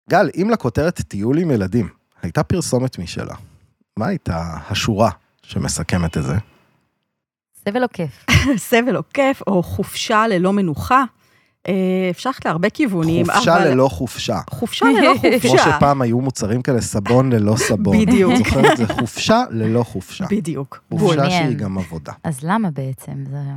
גל, אם לכותרת טיול עם ילדים, הייתה פרסומת משלה. מה הייתה השורה שמסכמת את זה? סבל או כיף. סבל או כיף, או חופשה ללא מנוחה. אפשר ללכת להרבה כיוונים. חופשה ללא חופשה. חופשה ללא חופשה. כמו שפעם היו מוצרים כאלה, סבון ללא סבון. בדיוק. זוכרת, זה חופשה ללא חופשה. בדיוק. חופשה שהיא גם עבודה. אז למה בעצם?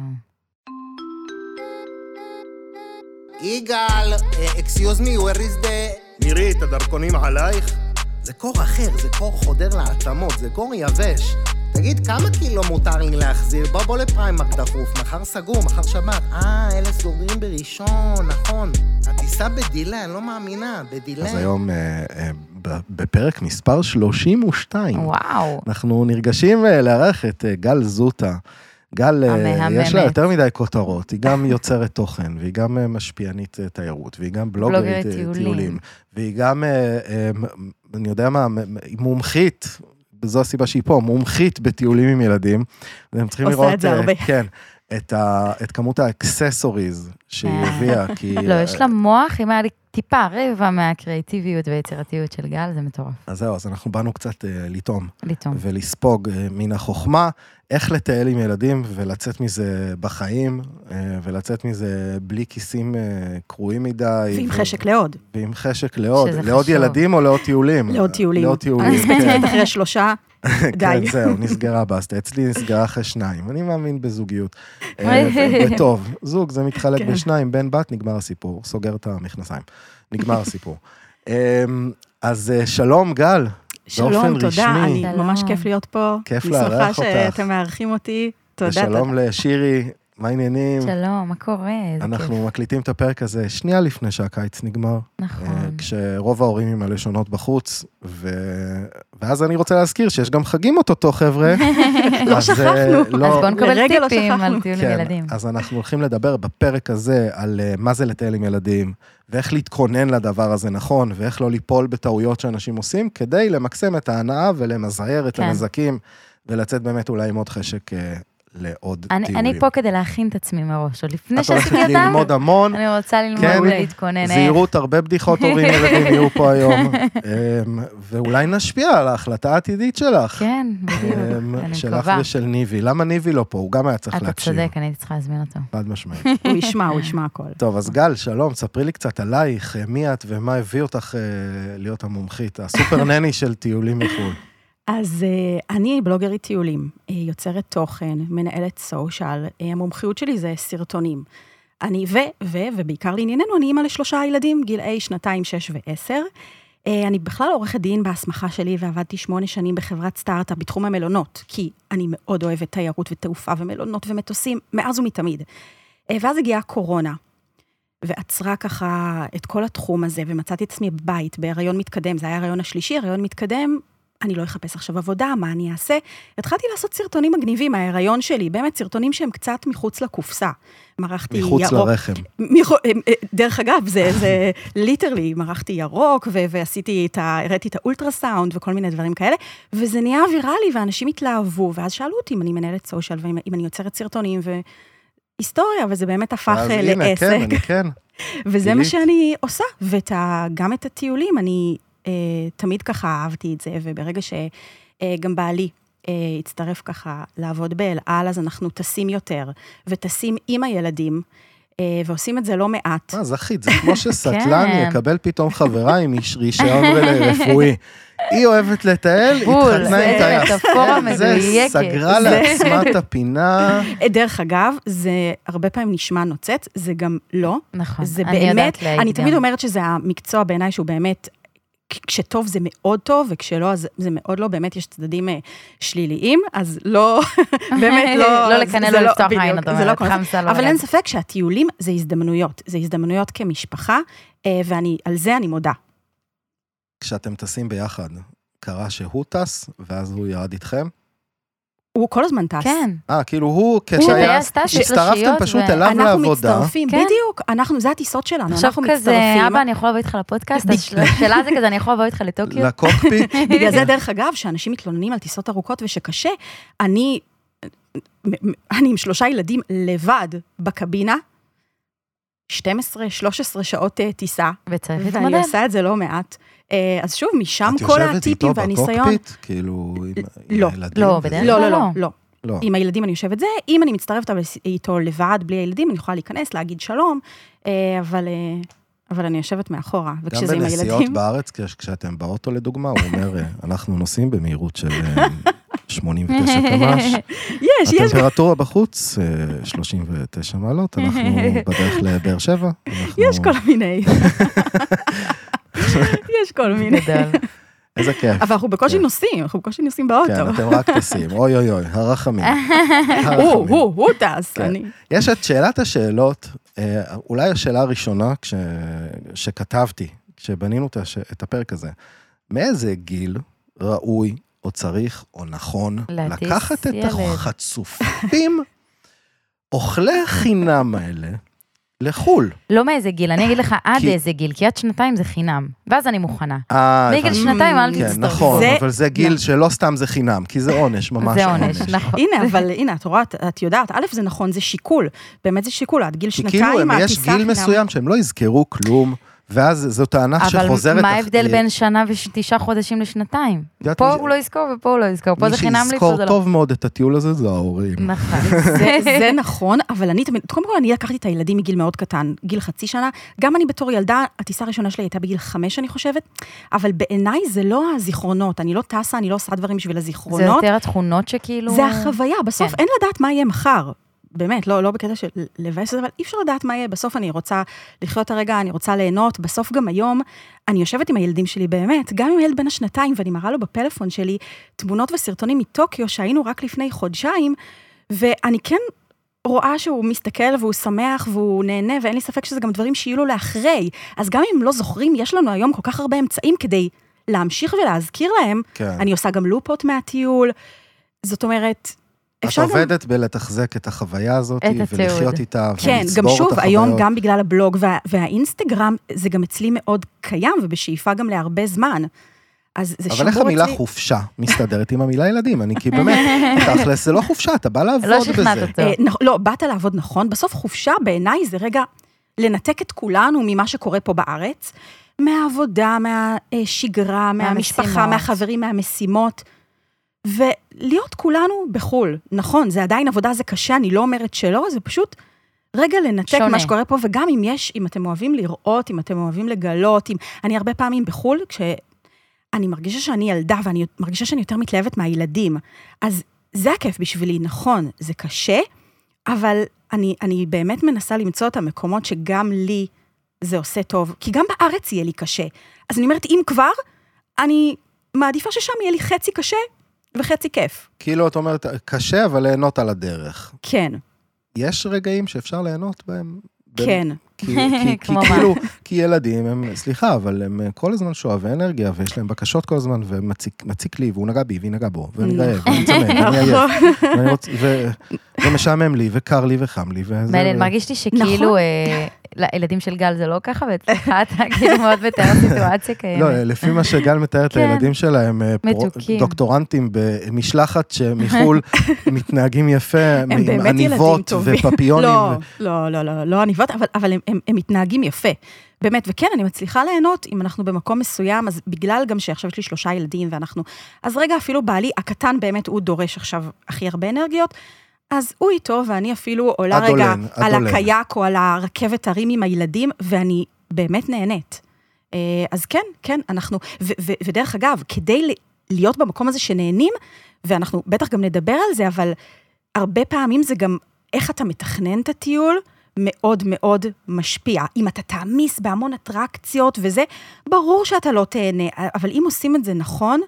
יגאל, excuse me, where is the... מירי, את הדרכונים עלייך? זה קור אחר, זה קור חודר לעצמות, זה קור יבש. תגיד, כמה קילו מותר לי להחזיר? בוא לפריימרק דחוף, מחר סגור, מחר שבת. אלה סגורים בראשון, נכון. הטיסה בדילה, אני לא מאמינה, בדילה. אז היום בפרק מספר 32. וואו. אנחנו נרגשים לארח את גל זוטה. גל, יש לה יותר מדי כותרות, היא גם יוצרת תוכן, והיא גם משפיענית תיירות, והיא גם בלוגרית טיולים, והיא גם, אני יודע מה, היא מומחית, זו הסיבה שהיא פה, מומחית בטיולים עם ילדים, והם צריכים לראות, עושה את זה הרבה. כן, את כמות האקססוריז שהיא הביאה, כי... לא, יש לה מוח, אם היה לי טיפה רבע מהקריאטיביות והיצירתיות של גל, זה מטורף. אז זהו, אז אנחנו באנו קצת לטעום. ולספוג מן החוכמה, איך לטייל עם ילדים ולצאת מזה בחיים, ולצאת מזה בלי כיסים קרועים מדי. ועם חשק לעוד. ועם חשק לעוד. לעוד ילדים או לעוד טיולים? לעוד טיולים. לעוד טיולים. ספציפית אחרי 3, די. כן, זהו, נסגרה בסטה. אצלי נסגרה אחרי 2. אני מאמין בזוגיות. וטוב, זוג זה מתחלק ב2, בן בת, נגמר הסיפור. סוגר את המכנסיים. נגמר הסיפור. אז שלום, גל. שלום, תודה. אני ממש כיף להיות פה. כיף לארח אותך. אני שמחה שאתם מארחים אותי. תודה. ושלום לשירי, מה העניינים? שלום, מה קורה? אנחנו מקליטים את הפרק הזה שנייה לפני שהקיץ נגמר. נכון. כשרוב ההורים עם הלשונות בחוץ, ואז אני רוצה להזכיר שיש גם חגים אותו, חבר'ה. לא שכחנו. אז בואו נקבל טיפים על טיול עם ילדים. אז אנחנו הולכים לדבר בפרק הזה על מה זה לטייל עם ילדים, ואיך להתכונן לדבר הזה נכון, ואיך לא ליפול בטעויות שאנשים עושים, כדי למקסם את ההנאה ולמזער את הנזקים, ולצאת באמת אולי עם עוד חשק לעוד טיולים. אני פה כדי להכין את עצמי מראש, עוד לפני שעשיתי אותם, אתה הולכת ללמוד המון. אני רוצה ללמוד ולהתכונן. זהירות, הרבה בדיחות הורים ילדים יהיו פה היום, ואולי נשפיע על ההחלטה העתידית שלך. כן, בדיוק, אני שלך מקווה. ושל ניבי. למה ניבי לא פה? הוא גם היה צריך להקשיב. אתה צודק, אני הייתי צריכה להזמין אותו. חד משמעית. הוא ישמע הכל. טוב, אז גל, שלום, ספרי לי קצת עלייך, מי את ומה הביא אותך להיות המומחית, הסופר נני של טיולים מחו"ל. אז אני בלוגרית טיולים, יוצרת תוכן, מנהלת סושיאל, המומחיות שלי זה סרטונים. אני ובעיקר לענייננו, אני אימא ל3 ילדים, גילאי 2, 6 ו10. אני בכלל עורכת דין בהסמכה שלי, ועבדתי 8 שנים בחברת סטארט-אפ בתחום המלונות, כי אני מאוד אוהבת תיירות ותעופה ומלונות ומטוסים, מאז ומתמיד. ואז הגיעה הקורונה, ועצרה ככה את כל התחום הזה, ומצאתי את עצמי בבית, בהיריון מתקדם, זה היה ההיריון השלישי, הריון מתקדם, אני לא אחפש עכשיו עבודה, מה אני אעשה? התחלתי לעשות סרטונים מגניבים, ההיריון שלי, באמת סרטונים שהם קצת מחוץ לקופסה. מרחתי ירוק. מחוץ לרחם. דרך אגב, זה ליטרלי, מרחתי ירוק, והראיתי את האולטרסאונד וכל מיני דברים כאלה, וזה נהיה ויראלי, ואנשים התלהבו, ואז שאלו אותי אם אני מנהלת סושיאל, ואם אני יוצרת סרטונים, והיסטוריה, וזה באמת הפך לעסק. כן. וזה מה שאני עושה, וגם את הטיולים, אני תמיד ככה אהבתי את זה, וברגע שגם בעלי הצטרף ככה לעבוד באל על, אז אנחנו טסים יותר, וטסים עם הילדים, ועושים את זה לא מעט. זכית, זה כמו שסטלן יקבל פתאום חברה עם רישיון רפואי. היא אוהבת לטייל, התחתנה עם טייס. זה סגרה לעצמה את הפינה. דרך אגב, זה הרבה פעמים נשמע נוצץ, זה גם לא. נכון, אני יודעת להגיד. אני תמיד אומרת שזה המקצוע בעיניי שהוא באמת, כשטוב זה מאוד טוב, וכשלא אז זה מאוד לא, באמת יש צדדים שליליים, אז לא, באמת לא. לא לקנא, לא לפתוח עין, אתה אומרת, חמסה לא. אבל אין ספק שהטיולים זה הזדמנויות, זה הזדמנויות כמשפחה, ועל זה אני מודה. כשאתם טסים ביחד, קרה שהוא טס, ואז הוא ירד איתכם? הוא כל הזמן טס. כן. כאילו הוא, כשהצטרפתם פשוט אליו לעבודה. אנחנו מצטרפים, בדיוק, זה הטיסות שלנו, אנחנו מצטרפים. עכשיו כזה, אבא, אני יכולה לבוא איתך לפודקאסט, השאלה זה כזה, אני יכולה לבוא איתך לטוקיו. לקוקפיט. בגלל זה דרך אגב, שאנשים מתלוננים על טיסות ארוכות ושקשה, אני עם 3 ילדים לבד בקבינה, 12-13 שעות טיסה. וצריך להתמודד. ואני עושה את זה לא מעט. אז שוב, משם כל הטיפים והניסיון. את יושבת איתו בקוקפיט? כאילו, עם הילדים? לא, בדרך כלל לא. עם הילדים אני יושבת זה, אם אני מצטרפת איתו לבד, בלי הילדים, אני יכולה להיכנס, להגיד שלום, אבל אני יושבת מאחורה, וכשזה עם הילדים... גם בנסיעות בארץ, כשאתם באוטו לדוגמה, הוא אומר, אנחנו נוסעים במהירות של 89 קמ"ש. יש. הטמפרטורה בחוץ, 39 מעלות, אנחנו בדרך לבאר שבע. יש כל מיני. איזה כיף. אבל אנחנו בקושי נוסעים באוטו. כן, אתם רק טסים. אוי, הרחמים. הוא טס. יש את שאלת השאלות, אולי השאלה הראשונה שכתבתי, כשבנינו את הפרק הזה, מאיזה גיל ראוי או צריך או נכון לקחת את החצופים אוכלי חינם האלה לחול. לא מאיזה גיל, אני אגיד לך עד איזה גיל, כי עד 2 זה חינם, ואז אני מוכנה. מגיל 2 אל תצטרך. כן, נכון, אבל זה גיל שלא סתם זה חינם, כי זה עונש, ממש זה עונש, נכון. הנה, את רואה, את יודעת, א' זה נכון, זה שיקול, באמת זה שיקול, עד גיל 2, יש גיל מסוים שהם לא יזכרו כלום, ואז זו טענה שחוזרת... אבל מה ההבדל בין שנה ו9 חודשים ל2? פה הוא לא יזכור ופה הוא לא יזכור, פה זה חינם לי, פה זה לא. מי שיזכור טוב מאוד את הטיול הזה, זה ההורים. נכון. זה נכון, אבל קודם כל אני לקחתי את הילדים מגיל מאוד קטן, גיל חצי שנה, גם אני בתור ילדה, הטיסה הראשונה שלי הייתה בגיל 5, אני חושבת, אבל בעיניי זה לא הזיכרונות, אני לא טסה, אני לא עושה דברים בשביל הזיכרונות. זה יותר התכונות שכאילו... זה החוויה, בסוף אין לדעת מה יהיה מחר. באמת, לא בקטע של לבאס את זה, אבל אי אפשר לדעת מה יהיה, בסוף אני רוצה לחיות הרגע, אני רוצה ליהנות, בסוף גם היום, אני יושבת עם הילדים שלי באמת, גם עם הילד בין השנתיים, ואני מראה לו בפלאפון שלי, תמונות וסרטונים מטוקיו, שהיינו רק לפני חודשיים, ואני כן רואה שהוא מסתכל, והוא שמח, והוא נהנה, ואין לי ספק שזה גם דברים שיהיו לו לאחרי, אז גם אם לא זוכרים, יש לנו היום כל כך הרבה אמצעים, כדי להמשיך ולהזכיר להם, כן. אני עושה גם לופות מהטיול, זאת אומרת, את עובדת בלתחזק את החוויה הזאת, ולחיות איתה, כן, גם שוב, היום גם בגלל הבלוג והאינסטגרם, זה גם אצלי מאוד קיים, ובשאיפה גם להרבה זמן. אבל איך המילה חופשה מסתדרת עם המילה ילדים? אני כי באמת, תכלס, זה לא חופשה, אתה בא לעבוד בזה. לא, באת לעבוד נכון, בסוף חופשה בעיניי זה רגע לנתק את כולנו ממה שקורה פה בארץ, מהעבודה, מהשגרה, מהמשפחה, מהחברים, מהמשימות, ולהיות כולנו בחול, נכון, זה עדיין עבודה, זה קשה, אני לא אומרת שלא, זה פשוט רגע לנתק מה שקורה פה, וגם אם אתם אוהבים לראות, אם אתם אוהבים לגלות, אני הרבה פעמים בחול, כשאני מרגישה שאני ילדה, ואני מרגישה שאני יותר מתלהבת מהילדים, אז זה הכיף בשבילי, נכון, זה קשה, אבל אני באמת מנסה למצוא את המקומות שגם לי זה עושה טוב, כי גם בארץ יהיה לי קשה, אז אני אומרת, אם כבר, אני מעדיפה ששם יהיה לי חצי קשה, וחצי כיף. כאילו, את אומרת, קשה, אבל ליהנות על הדרך. כן. יש רגעים שאפשר ליהנות בהם? כן. כי ילדים הם, סליחה, אבל הם כל הזמן שואבי אנרגיה, ויש להם בקשות כל הזמן, ומציק לי, והוא נגע בי, והיא נגע בו, ואני רעב, ואני צמא, ואני עייף. ומשעמם לי, וקר לי, וחם לי. מעניין, מרגיש לי שכאילו, לילדים של גל זה לא ככה, ואצלך אתה כאילו מאוד מתאר סיטואציה קיימת. לא, לפי מה שגל מתארת לילדים שלהם, דוקטורנטים במשלחת שמחול מתנהגים יפה, עם עניבות ופפיונים. לא עניבות, אבל הם מתנהגים יפה. באמת, וכן, אני מצליחה ליהנות, אם אנחנו במקום מסוים, אז בגלל גם שעכשיו יש לי 3 ילדים, אז רגע אפילו בעלי, הקטן באמת הוא דורש עכשיו הכי הרבה אנרגיות, אז הוא איתו, ואני אפילו עולה רגע על הקייק או על הרכבת הרים עם הילדים, ואני באמת נהנית. אז כן, אנחנו, ודרך אגב, כדי להיות במקום הזה שנהנים, ואנחנו בטח גם נדבר על זה, אבל הרבה פעמים זה גם איך אתה מתכנן את הטיול, מאוד מאוד משפיע. אם אתה תעמיס בהמון אטרקציות וזה, ברור שאתה לא תהנה, אבל אם עושים את זה נכון,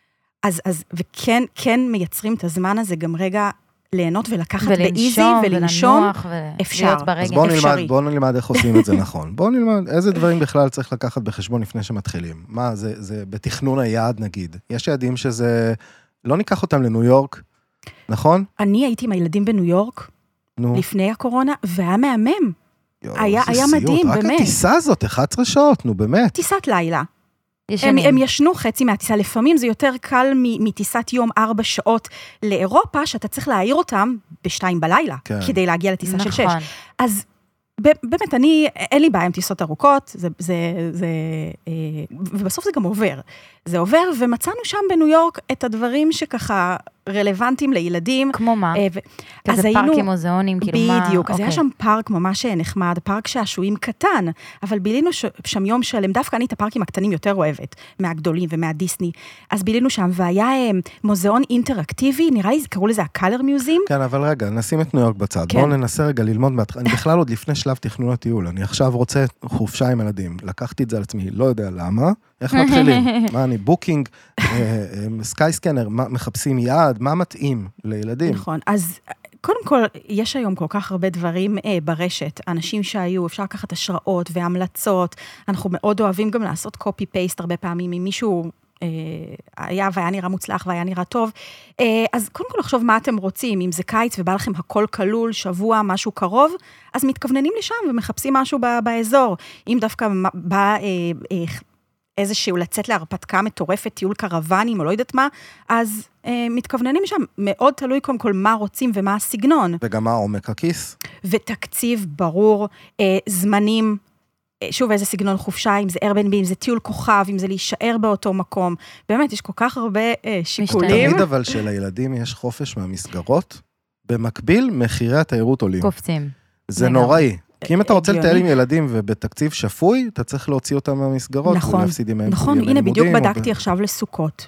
וכן מייצרים את הזמן הזה גם רגע ליהנות ולקחת באיזי ולנשום, אפשר. אז בואו נלמד איך עושים את זה נכון. בואו נלמד איזה דברים בכלל צריך לקחת בחשבון לפני שמתחילים. מה, זה בתכנון היעד נגיד. יש יעדים שזה, לא ניקח אותם לניו יורק, נכון? אני הייתי עם הילדים בניו יורק, לפני הקורונה, והיה מהמם. היה מדהים, באמת. רק הטיסה הזאת, 11 שעות, נו באמת. טיסת לילה. הם ישנו חצי מהטיסה, לפעמים זה יותר קל מטיסת יום 4 שעות לאירופה, שאתה צריך להעיר אותם ב2 בלילה, כדי להגיע לטיסה של 6. אז באמת, אין לי בעיה עם טיסות ארוכות, ובסוף זה גם עובר. זה עובר, ומצאנו שם בניו יורק את הדברים שככה רלוונטיים לילדים. כמו מה? כזה פארקים מוזיאונים, כאילו מה? בדיוק, אז היה שם פארק ממש נחמד, פארק שעשועים קטן, אבל בילינו שם יום שלם, דווקא אני את הפארקים הקטנים יותר אוהבת, מהגדולים ומהדיסני, אז בילינו שם, והיה מוזיאון אינטראקטיבי, נראה לי, קראו לזה ה-Color Museum. כן, אבל רגע, נשים את ניו יורק בצד, בואו ננסה רגע ללמוד, אני בכלל עוד לפני שלב תכנון הטיול, אני עכשיו רוצה חופשה עם ילדים, לקחתי את זה על עצמי, לא יודע למה, איך מתחילים? מה אני, בוקינג, סקייסקנר, מחפשים יעד, מה מתאים לילדים? נכון, אז קודם כל, יש היום כל כך הרבה דברים ברשת, אנשים שהיו, אפשר לקחת השראות והמלצות, אנחנו מאוד אוהבים גם לעשות קופי-פייסט הרבה פעמים, אם מישהו היה והיה נראה מוצלח והיה נראה טוב, אז קודם כל לחשוב מה אתם רוצים, אם זה קיץ ובא לכם הכל כלול, שבוע, משהו קרוב, אז מתכווננים לשם ומחפשים משהו באזור, אם דווקא בא איזשהו לצאת להרפתקה מטורפת, טיול קרוונים או לא יודעת מה, אז מתכווננים שם, מאוד תלוי קודם כל מה רוצים ומה הסגנון. וגם מה עומק הכיס. ותקציב ברור, זמנים, שוב איזה סגנון חופשה, אם זה Airbnb, אם זה טיול כוכב, אם זה להישאר באותו מקום, באמת יש כל כך הרבה שיקולים. תמיד אבל שלילדים יש חופש מהמסגרות, במקביל מחירי התיירות עולים. קופצים. זה נוראי. כי אם אתה רוצה לטייל עם ילדים ובתקציב שפוי, אתה צריך להוציא אותם מהמסגרות. נכון, נכון, הנה בדיוק בדקתי עכשיו לסוקות.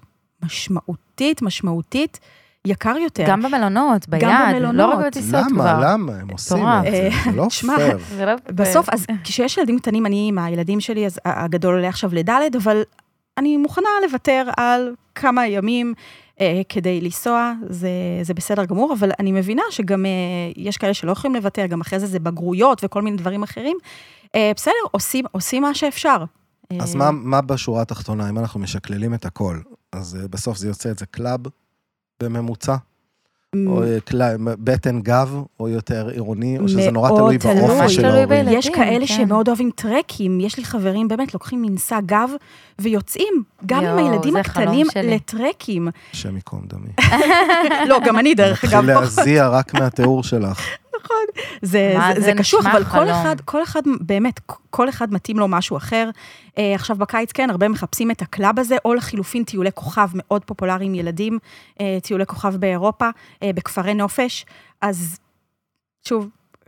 משמעותית, יקר יותר. גם במלונות, ביד, לא רק בטיסות כבר. למה? הם עושים את זה, זה לא פייר. בסוף, אז כשיש ילדים קטנים, אני עם הילדים שלי, אז הגדול עולה עכשיו לדלת, אבל אני מוכנה לוותר על כמה ימים כדי לנסוע, זה בסדר גמור, אבל אני מבינה שגם יש כאלה שלא יכולים לוותר, גם אחרי זה בגרויות וכל מיני דברים אחרים. בסדר, עושים מה שאפשר. אז מה בשורה התחתונה, אם אנחנו משקללים את הכל? אז בסוף זה יוצא את זה קלאב בממוצע? או בטן גב, או יותר עירוני, או שזה נורא תלוי באופי של ההורים. יש כאלה שמאוד אוהבים טרקים, יש לי חברים, באמת לוקחים מנסה גב, ויוצאים גם עם הילדים הקטנים לטרקים. השם ייקום דמי. לא, גם אני דרך אגב. מתחיל להזיע רק מהתיאור שלך. נכון, זה קשוח, אבל כל אחד, באמת, כל אחד מתאים לו משהו אחר. עכשיו בקיץ, כן, הרבה מחפשים את הקלאב הזה, או לחילופין טיולי כוכב מאוד פופולרי עם ילדים, טיולי כוכב באירופה, בכפרי נופש, אז שוב,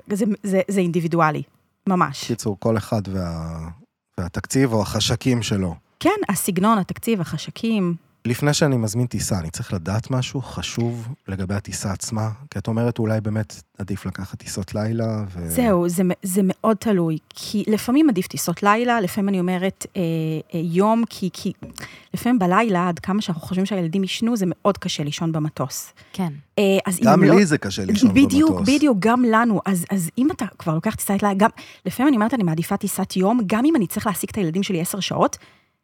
זה אינדיבידואלי, ממש. קיצור, כל אחד והתקציב או החשקים שלו. כן, הסגנון, התקציב, החשקים. לפני שאני מזמין טיסה, אני צריך לדעת משהו חשוב לגבי הטיסה עצמה, כי את אומרת אולי באמת עדיף לקחת טיסות לילה. זהו, זה מאוד תלוי, כי לפעמים עדיף טיסות לילה, לפעמים אני אומרת יום, כי לפעמים בלילה, עד כמה שאנחנו חושבים שהילדים ישנו, זה מאוד קשה לישון במטוס. כן. גם לי זה קשה לישון במטוס. בדיוק, גם לנו. אז אם אתה כבר לוקח טיסת לילה, לפעמים אני אומרת, אני מעדיפה טיסת יום, גם אם אני צריך להעסיק את הילדים שלי 10 שעות,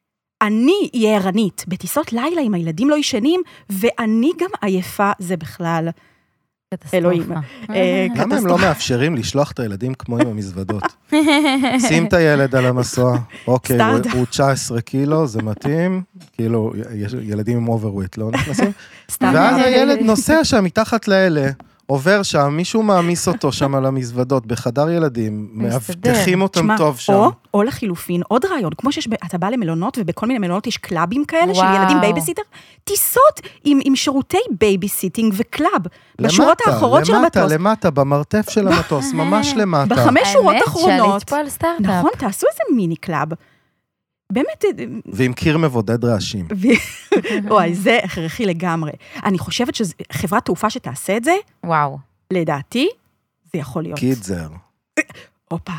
אני אהיה ערנית, בטיסות לילה עם הילדים לא ישנים, ואני גם עייפה, זה בכלל אלוהים. למה הם לא מאפשרים לשלוח את הילדים כמו עם המזוודות? שים את הילד על המסוע, אוקיי, הוא 19 קילו, זה מתאים, כאילו, ילדים עם אוברוויט לא נכנסים, ואז הילד נוסע שם מתחת לאלה, עובר שם, מישהו מאמיס אותו שם על המזוודות, בחדר ילדים, מאבטחים אותם טוב שם. או לחילופין, עוד רעיון, כמו שאתה בא למלונות, ובכל מיני מלונות יש קלאבים כאלה, של ילדים בייביסיטר, טיסות עם שירותי בייביסיטינג וקלאב, בשורות האחורות של המטוס. למטה, במרתף של המטוס, ממש למטה. 5 שורות אחרונות. האמת שעלית פה על סטארט-אפ. נכון, תעשו איזה מיני קלאב. באמת... ועם קיר מבודד רעשים. וואי, זה הכרחי לגמרי. אני חושבת שחברת תעופה שתעשה את זה, וואו. לדעתי, זה יכול להיות. קידזר. אופה.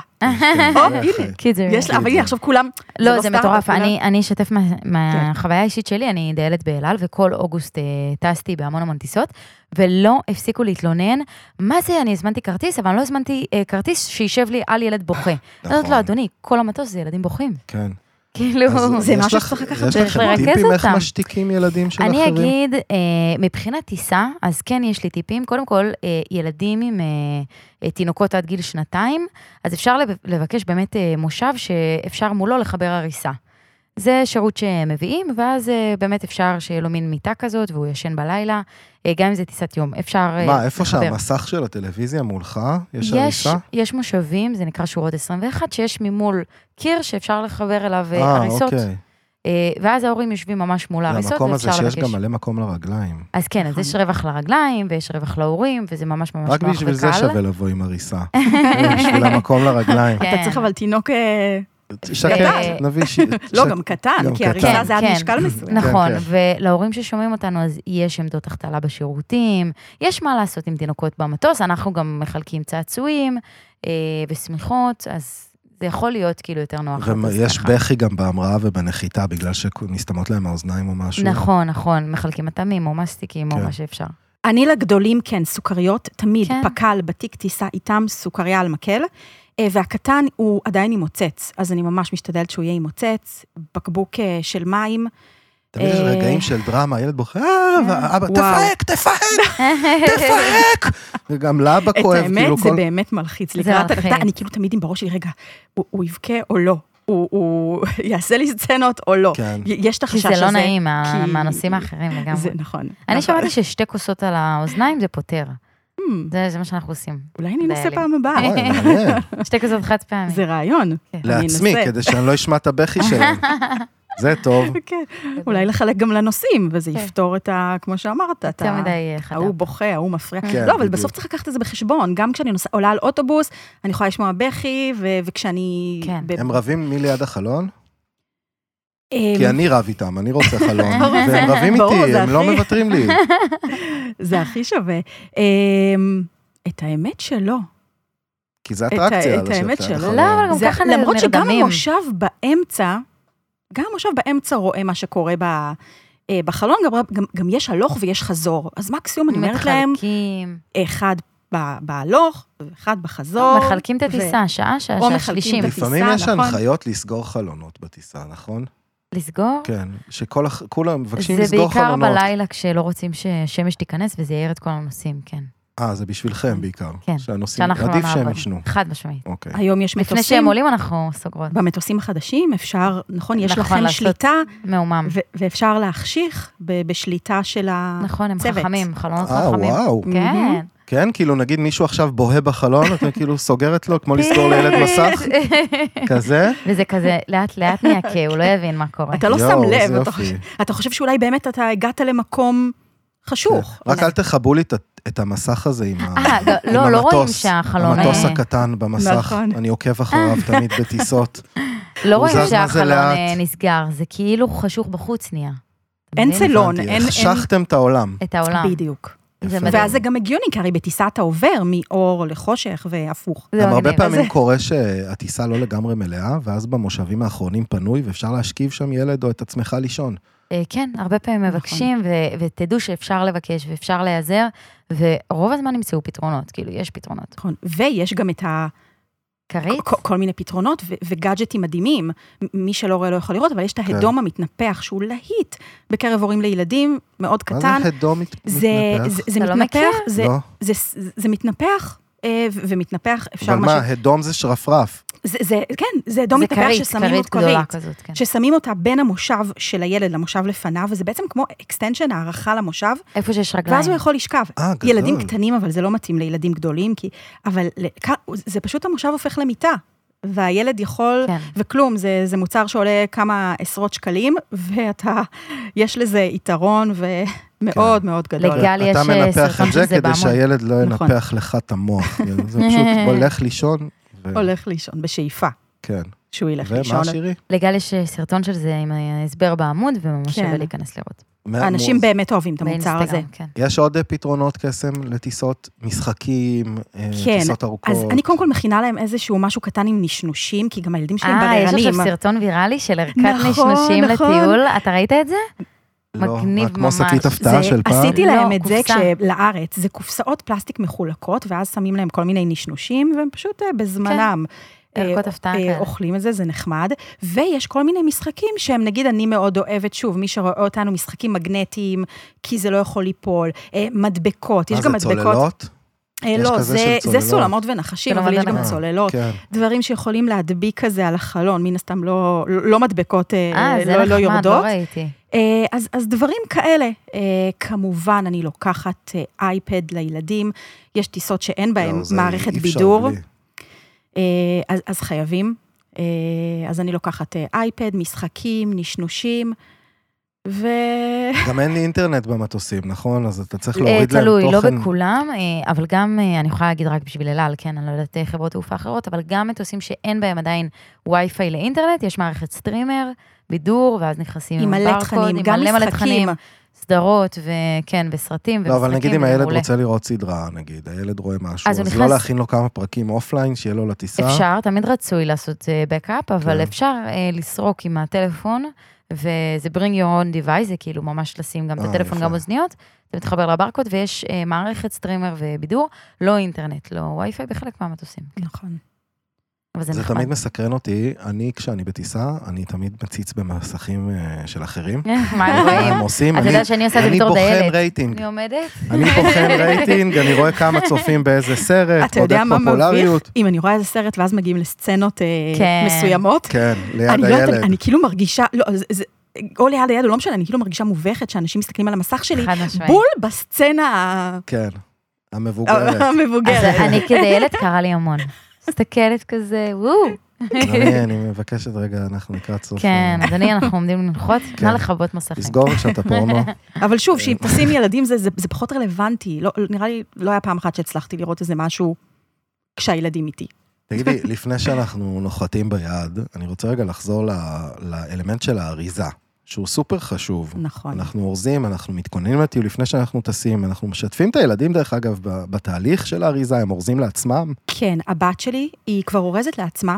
קידזר. יש לה, אבל הנה, עכשיו כולם... לא, זה מטורף. אני אשתף מהחוויה האישית שלי, אני דיילת באלעל, וכל אוגוסט טסתי בהמון טיסות, ולא הפסיקו להתלונן. מה זה? אני הזמנתי כרטיס, אבל אני לא הזמנתי כרטיס שישב לי על ילד בוכה. אני אומרת לו, אדוני, כל המטוס זה ילדים בוכים. כן. כאילו, זה משהו שצריך לקחת צריך לרכז אותם. טיפים איך משתיקים ילדים של אחרים? אני אגיד, מבחינת טיסה, אז כן יש לי טיפים. קודם כל, ילדים עם תינוקות עד גיל 2, אז אפשר לבקש באמת מושב שאפשר מולו לחבר הריסה. זה שירות שמביאים, ואז באמת אפשר שיהיה לו מין מיטה כזאת, והוא ישן בלילה, גם אם זה טיסת יום. אפשר מה, איפה שהמסך של הטלוויזיה מולך? יש הריסה? יש מושבים, זה נקרא שורות 21, שיש ממול קיר שאפשר לחבר אליו הריסות. אוקיי. ואז ההורים יושבים ממש מול ההריסות, למקום הזה שיש גם מלא מקום לרגליים. אז כן, אז יש רווח לרגליים, ויש רווח להורים, וזה ממש ממש נוח וקל. רק בשביל זה שווה לבוא עם הריסה. בשביל המקום לרגליים. אתה צריך אבל תינוק... שקט, נביא לא, גם קטן, כי הריסה זה עד משקל מסוים. נכון, ולהורים ששומעים אותנו, אז יש עמדות החתלה בשירותים, יש מה לעשות עם תינוקות במטוס, אנחנו גם מחלקים צעצועים ושמיכות, אז זה יכול להיות כאילו יותר נוח. ויש בכי גם בהמראה ובנחיתה, בגלל שנסתמות להם האוזניים או משהו. נכון, מחלקים מטעמים או מסטיקים או מה שאפשר. אני לגדולים, כן, סוכריות, תמיד פקל בתיק טיסה איתם סוכריה על מקל, והקטן הוא עדיין עם מוצץ, אז אני ממש משתדלת שהוא יהיה עם מוצץ, בקבוק של מים. תמיד יש רגעים של דרמה, הילד בוכה, ואבא, תפהק! וגם לאבא כואב. את האמת, זה באמת מלחיץ. אני כאילו תמיד עם בראש שלי, רגע, הוא יבכה או לא? הוא יעשה לי סצנות או לא? יש את החשש הזה. כי זה לא נעים מהנושאים האחרים לגמרי. זה נכון. אני שמעתי ששתי כוסות על האוזניים זה פותר. זה מה שאנחנו עושים. אולי אני אנסה פעם הבאה. שתי כוסות חד פעמים. זה רעיון. לעצמי, כדי שאני לא אשמע את הבכי שלהם. זה טוב. אולי לחלק גם לנושאים, וזה יפתור את כמו שאמרת, יותר מדי חדה. ההוא בוכה, ההוא מפריע. לא, אבל בסוף צריך לקחת את זה בחשבון. גם כשאני עולה על אוטובוס, אני יכולה לשמוע בכי, וכשאני... הם רבים מי ליד החלון? כי אני רב איתם, אני רוצה חלון, והם רבים איתי, הם לא מבטרים לי. זה הכי שווה. את האמת שלא. כי זה אטרקציה. את האמת שלא. לא, אבל גם ככה נרדמים. למרות שגם המושב באמצע, רואה מה שקורה בחלון, גם יש הלוך ויש חזור. אז מקסימום אני אומרת להם, אחד בהלוך, ואחד בחזור. מחלקים את הטיסה, שעה שלישים. לפעמים יש הנחיות לסגור חלונות בטיסה, נכון? לסגור? כן, שכולם מבקשים לסגור חלונות. זה בעיקר בלילה כשלא רוצים ששמש תיכנס, וזה יעיר את כל הנושאים, כן. זה בשבילכם בעיקר. כן. עדיף שהם ישנו. חד משמעית. היום יש מטוסים. לפני שהם עולים אנחנו סוגרות. במטוסים החדשים אפשר, נכון, יש לכם שליטה. מאומם. ואפשר להחשיך בשליטה של הצוות. נכון, הם חכמים, חלונות חכמים. וואו. כן. כן, כאילו נגיד מישהו עכשיו בוהה בחלון, אתה כאילו סוגרת לו, כמו לסגור לילד מסך, כזה. וזה כזה, לאט לאט נעקה, הוא לא יבין מה קורה. אתה לא שם לב, אתה חושב שאולי באמת אתה הגעת למקום חשוך. רק אל תחבו לי את המסך הזה עם המטוס. לא רואים שהחלון... המטוס הקטן במסך, אני עוקב אחריו תמיד בטיסות. לא רואים שהחלון נסגר, זה כאילו חשוך בחוץ נהיה. אין צלון. החשכתם את העולם. את העולם. בדיוק. ואז זה גם הגיוני, כי הרי בטיסה אתה עובר מאור לחושך והפוך. גם הרבה פעמים קורה שהטיסה לא לגמרי מלאה, ואז במושבים האחרונים פנוי, ואפשר להשכיב שם ילד או את עצמך לישון. כן, הרבה פעמים מבקשים, ותדעו שאפשר לבקש ואפשר להיעזר, ורוב הזמן נמצאו פתרונות, כאילו יש פתרונות. נכון, ויש גם את כל מיני פתרונות וגאדג'טים מדהימים, מי שלא רואה לא יכול לראות, אבל יש את ההדום המתנפח, שהוא להיט בקרב הורים לילדים, מאוד קטן. מה זה הדום מתנפח? זה מתנפח, ומתנפח אפשר אבל מה, הדום זה שרפרף. כן, זה אדום מתנפח ששמים עוד כרית, ששמים אותה בין המושב של הילד למושב לפניו, וזה בעצם כמו אקסטנשן, הערכה למושב. איפה שיש רגליים. ואז הוא יכול לשכב. ילדים קטנים, אבל זה לא מתאים לילדים גדולים, אבל זה פשוט המושב הופך למיטה, והילד יכול, וכלום, זה מוצר שעולה כמה עשרות שקלים, יש לזה יתרון ומאוד מאוד גדול. אתה מנפח את זה כדי שהילד לא ינפח לך את המוח. זה פשוט הולך לישון. הולך לישון, בשאיפה. כן. שהוא ילך לישון. ומה שירי? לגל יש סרטון של זה עם הסבר בעמוד, וממש שווה להיכנס לראות. האנשים באמת אוהבים את המוצר הזה. יש עוד פתרונות קסם לטיסות, משחקים, טיסות ארוכות. אז אני קודם כל מכינה להם איזשהו משהו קטן עם נשנושים, כי גם הילדים שלהם בררנים. יש עכשיו סרטון ויראלי של ערכת נשנושים לטיול. אתה ראית את זה? מגניב ממש. כמו שקית הפתעה של פעם. עשיתי להם את זה כשלארץ, זה קופסאות פלסטיק מחולקות, ואז שמים להם כל מיני נשנושים, והם פשוט בזמנם אוכלים את זה, זה נחמד. ויש כל מיני משחקים שהם, נגיד, אני מאוד אוהבת, שוב, מי שרואה אותנו, משחקים מגנטיים, כי זה לא יכול ליפול, מדבקות, יש גם מדבקות. צוללות? לא, זה סולמות ונחשים, אבל יש גם צוללות. דברים שיכולים להדביק כזה על החלון, מן הסתם לא מדבקות, לא יורדות. לא ראיתי. אז דברים כאלה, כמובן אני לוקחת אייפד לילדים, יש טיסות שאין בהם מערכת בידור, אז חייבים. אז אני לוקחת אייפד, משחקים, נשנושים, גם אין לי אינטרנט במטוסים, נכון? אז אתה צריך להוריד להם תוכן. תלוי, לא בכולם, אבל גם, אני יכולה להגיד רק בשביל אל-על, כן, אני לא יודעת חברות תעופה אחרות, אבל גם מטוסים שאין בהם עדיין וי-פיי לאינטרנט, יש מערכת סטרימר, בידור, ואז נכנסים עם מלא תכנים, גם משחקים. סדרות, וכן, בסרטים, לא, אבל נגיד אם הילד רוצה לראות סדרה, נגיד, הילד רואה משהו, אז לא להכין לו כמה פרקים אופליין, שיהיה לו לטיסה. אפשר, תמיד רצוי לעשות בקאפ, אבל אפשר לסרוק עם הטלפון, וזה bring your own device, זה כאילו ממש לשים גם את הטלפון, גם אוזניות, זה מתחבר לברקוד, ויש מערכת סטרימר ובידור, לא אינטרנט, לא וי-פיי בחלק מהמטוסים. נכון. זה תמיד מסקרן אותי, כשאני בטיסה, אני תמיד מציץ במסכים של אחרים. מה הם רואים? אתה יודע שאני עושה את זה בתור דיילת. אני בוחן רייטינג. אני עומדת? אני בוחן רייטינג, אני רואה כמה צופים באיזה סרט, בודק פופולריות. אם אני רואה איזה סרט, ואז מגיעים לסצנות מסוימות. כן, ליד הילד. אני כאילו מרגישה, או ליד היד, או לא משנה, אני כאילו מרגישה מובכת, שאנשים מסתכלים על המסך שלי, בול בסצנה. כן, המבוגרת. אז אני כדיילת קרה לי המון. מסתכלת כזה, אני מבקשת רגע, אנחנו לקראת סוף. כן, אדוני, אנחנו עומדים לנחות, נא לכבות מסכים. תסגור שאתה פרומו. אבל שוב, שאם תשים ילדים, זה פחות רלוונטי. נראה לי, לא היה פעם אחת שהצלחתי לראות איזה משהו כשהילדים איתי. תגידי, לפני שאנחנו נוחתים ביד, אני רוצה רגע לחזור לאלמנט של האריזה, שהוא סופר חשוב. נכון. אנחנו אורזים, אנחנו מתכוננים לטיול לפני שאנחנו טסים, אנחנו משתפים את הילדים, דרך אגב, בתהליך של האריזה, הם אורזים לעצמם. כן, הבת שלי, היא כבר אורזת לעצמה,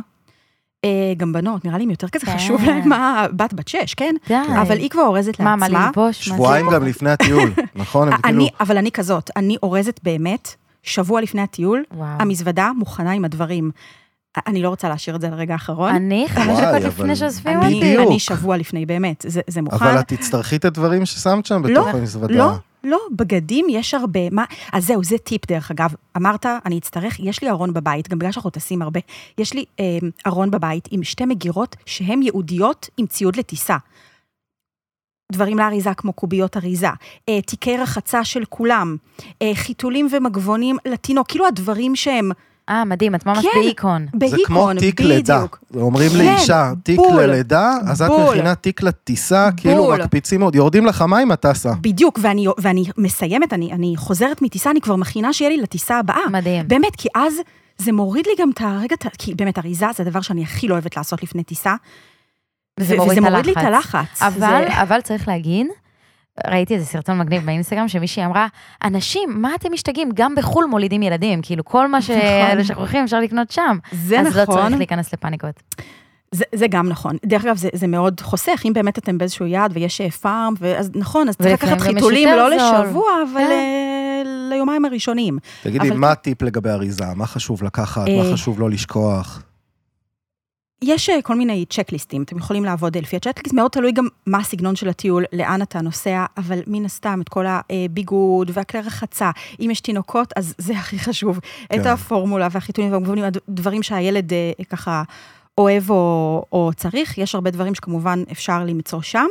גם בנות, נראה לי יותר כזה חשוב להם מה, בת 6, כן? אבל היא כבר אורזת לעצמה. מה ללבוש? שבועיים גם לפני הטיול, נכון? אבל אני כזאת, אני אורזת באמת, שבוע לפני הטיול, המזוודה מוכנה עם הדברים. אני לא רוצה להשאיר את זה לרגע האחרון. אני 5 דקות לפני שאוספים אותי. אני שבוע לפני, באמת, זה מוכן. אבל את תצטרכי את הדברים ששמת שם בתוך המזוודה. לא, בגדים יש הרבה, אז זהו, זה טיפ דרך אגב, אמרת, אני אצטרך, יש לי ארון בבית, גם בגלל שאנחנו טסים הרבה, יש לי ארון בבית עם 2 מגירות שהן ייעודיות עם ציוד לטיסה. דברים לאריזה כמו קוביות אריזה, תיקי רחצה של כולם, חיתולים ומגבונים לתינוק, כאילו הדברים שהם מדהים, את ממש באיקון. זה כמו תיק לידה. אומרים לאישה, תיק ללידה, אז את מכינה תיק לטיסה, כאילו מקפיצים עוד, יורדים לך מים הטסה. בדיוק, ואני מסיימת, אני חוזרת מטיסה, אני כבר מכינה שיהיה לי לטיסה הבאה. מדהים. באמת, כי אז זה מוריד לי גם את הרגע, כי באמת אריזה זה הדבר שאני הכי לא אוהבת לעשות לפני טיסה, וזה מוריד לי את הלחץ. אבל צריך להגיד, ראיתי איזה סרטון מגניב באינסטגרם, שמישהי אמרה, אנשים, מה אתם משתגעים? גם בחול מולידים ילדים, כאילו כל מה שאלה שכוחים אפשר לקנות שם. זה נכון. אז לא צריך להיכנס לפאניקות. זה גם נכון. דרך אגב, זה מאוד חוסך, אם באמת אתם באיזשהו יעד ויש פארם, אז נכון, אז צריך לקחת חיתולים לא לשבוע, אבל ליומיים הראשונים. תגידי, מה הטיפ לגבי אריזה? מה חשוב לקחת? מה חשוב לא לשכוח? יש כל מיני צ'קליסטים, אתם יכולים לעבוד לפי הצ'קליסט, מאוד תלוי גם מה הסגנון של הטיול, לאן אתה נוסע, אבל מן הסתם את כל הביגוד והכלי רחצה, אם יש תינוקות, אז זה הכי חשוב, את הפורמולה והחיתולים והמגוונים, הדברים שהילד ככה אוהב או צריך, יש הרבה דברים שכמובן אפשר למצוא שם.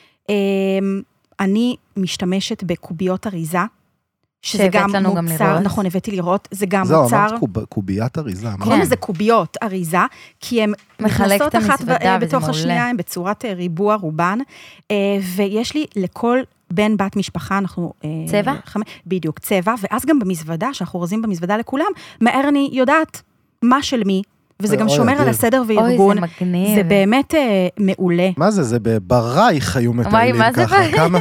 אני משתמשת בקוביות אריזה, שזה גם מוצר, נכון, הבאתי לראות, זה גם מוצר. זהו, אמרת קוביית אריזה. קוראים לזה קוביות אריזה, כי הן נכנסות אחת בתוך השנייה, הן בצורת ריבוע רובן, ויש לי לכל בן בת משפחה, אנחנו... צבע? בדיוק, צבע, ואז גם במזוודה, שאנחנו אורזים במזוודה לכולם, מהר אני יודעת מה של מי, וזה גם שומר על הסדר וארגון. אוי, זה מגניב. זה באמת מעולה. מה זה? זה ברייך היו מטיילים ככה.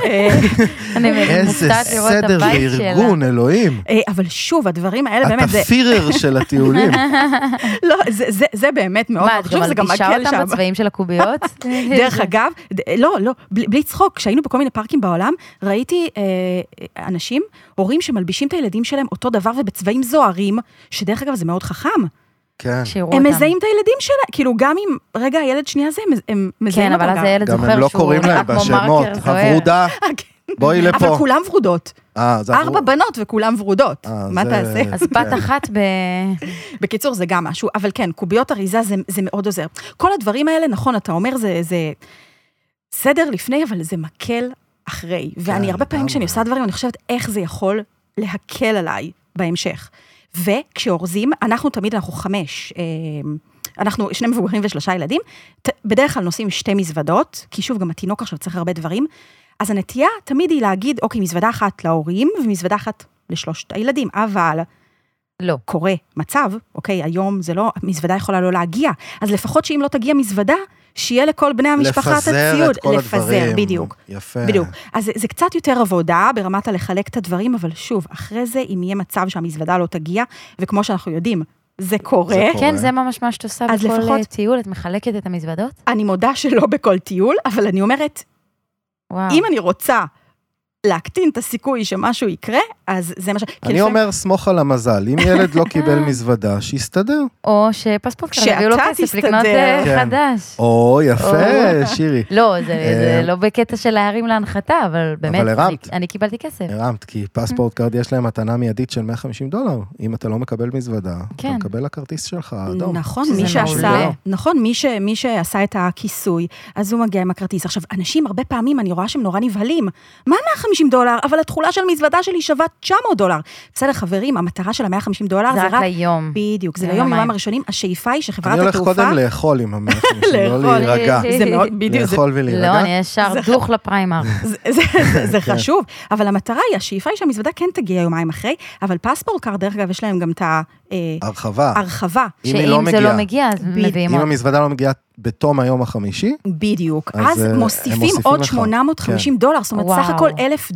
איזה סדר וארגון, אלוהים. אבל שוב, הדברים האלה באמת זה... אתה פירר של הטיולים. לא, זה באמת מאוד חשוב, זה גם מגיע לשם. מה, את גם מלבישה אותם בצבעים של הקוביות? דרך אגב, לא, בלי צחוק, כשהיינו בכל מיני פארקים בעולם, ראיתי אנשים, הורים שמלבישים את הילדים שלהם אותו דבר ובצבעים זוהרים, שדרך אגב זה מאוד חכם. כן. הם מזהים את הילדים שלה, כאילו גם אם רגע הילד שנייה זה, הם מזהים אותו. כן, אבל אז הילד זוכר שהוא... גם הם לא קוראים להם בשמות, הברודה. בואי לפה. אבל כולם ורודות. 4 בנות וכולם ורודות. מה תעשה? אז בת אחת בקיצור, זה גם משהו, אבל כן, קוביות אריזה זה מאוד עוזר. כל הדברים האלה, נכון, אתה אומר, זה סדר לפני, אבל זה מקל אחרי. ואני הרבה פעמים כשאני עושה דברים, אני חושבת איך זה יכול להקל עליי בהמשך. וכשאורזים, אנחנו 5, אנחנו 2 מבוגרים ו3 ילדים, בדרך כלל נוסעים 2 מזוודות, כי שוב, גם התינוק עכשיו צריך הרבה דברים, אז הנטייה תמיד היא להגיד, אוקיי, מזוודה אחת להורים, ומזוודה אחת ל3 הילדים, אבל לא. קורה מצב, אוקיי, היום זה לא, מזוודה יכולה לא להגיע, אז לפחות שאם לא תגיע מזוודה, שיהיה לכל בני המשפחה את הציוד. לפזר את כל הדברים. בדיוק. יפה. בדיוק. אז זה קצת יותר עבודה, ברמת לחלק את הדברים, אבל שוב, אחרי זה, אם יהיה מצב שהמזוודה לא תגיע, וכמו שאנחנו יודעים, זה קורה. כן, זה ממש מה שאת עושה בכל טיול, את מחלקת את המזוודות? אני מודה שלא בכל טיול, אבל אני אומרת, אם אני רוצה להקטין את הסיכוי שמשהו יקרה, אז זה מה ש... אני אומר, סמוך על המזל. אם ילד לא קיבל מזוודה, שיסתדר. או שפספורט קרן, הביאו לו כסף לקנות חדש. או, יפה, שירי. לא, זה לא בקטע של להרים להנחתה, אבל באמת, אני קיבלתי כסף. הרמת, כי פספורט קרד יש להם מתנה מיידית של $150. אם אתה לא מקבל מזוודה, אתה מקבל הכרטיס שלך, אדום. נכון, מי שעשה את הכיסוי, אז הוא מגיע עם הכרטיס. עכשיו, אנשים הרבה פעמים, אני רואה שהם נורא נבהלים. מה $150? אבל התחולה של מזוודה שלי שווה $900. בסדר, חברים, המטרה של $150 זה רק ליום. בדיוק, זה ליום יומיים הראשונים. השאיפה היא שחברת התעופה... אני הולך קודם לאכול עם $150, לא להירגע. זה מאוד, בדיוק. לאכול ולהירגע. לא, אני ישר דוך לפריימר. זה חשוב, אבל המטרה היא, השאיפה היא שהמזוודה כן תגיע יומיים אחרי, אבל פספורט קארד, דרך אגב, יש להם גם את ההרחבה. שאם זה לא מגיע, אז מביאים עוד. אם המזוודה לא מגיעה בתום היום החמישי, בדיוק. אז מוסיפים עוד $850, זאת אומרת, סך הכל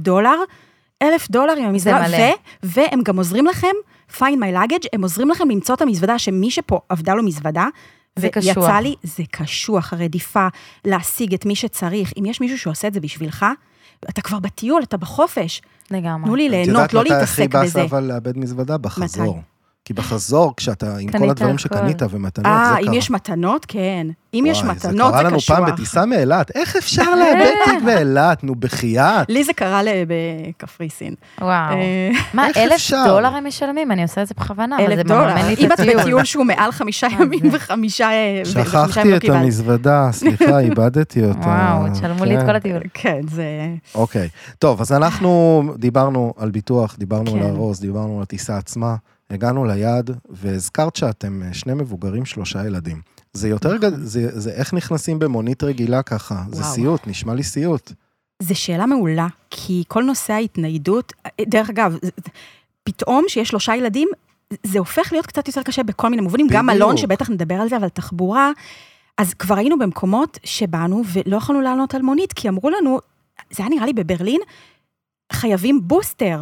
$1,000 עם המזוודה, והם גם עוזרים לכם, find my luggage, הם עוזרים לכם למצוא את המזוודה, שמי שפה עבדה לו מזוודה, ויצא לי, זה קשוח, הרדיפה, להשיג את מי שצריך. אם יש מישהו שעושה את זה בשבילך, אתה כבר בטיול, אתה בחופש. לגמרי. תנו לי ליהנות, לא להתעסק בזה. את יודעת מתי הכי באסה אבל לאבד מזוודה? בחזור. כי בחזור, כשאתה, עם כל הדברים שקנית ומתנות, זה קרה. אם יש מתנות, כן. אם יש מתנות, זה קשוח. זה קרה לנו פעם בטיסה מאילת. איך אפשר לאבד תיק באילת? נו, בחייאת. לי זה קרה בקפריסין. וואו. מה, $1,000 הם משלמים? אני עושה את זה בכוונה, אבל זה מממן לי את אם את בטיול שהוא מעל 5 ימים ו5 שכחתי את המזוודה, סליחה, איבדתי אותה. וואו, תשלמו לי את כל הטיול. כן, זה... אוקיי. טוב, אז אנחנו דיברנו על ביטוח, דיברנו על הרוז, דיברנו על הטיסה עצמה. הגענו ליעד, והזכרת שאתם 2 מבוגרים, 3 ילדים. זה יותר זה איך נכנסים במונית רגילה ככה? זה סיוט, נשמע לי סיוט. זה שאלה מעולה, כי כל נושא ההתניידות, דרך אגב, פתאום שיש 3 ילדים, זה הופך להיות קצת יותר קשה בכל מיני מובנים, גם מלון שבטח נדבר על זה, אבל תחבורה, אז כבר היינו במקומות שבאנו, ולא יכולנו לענות על מונית, כי אמרו לנו, זה היה נראה לי בברלין, חייבים בוסטר,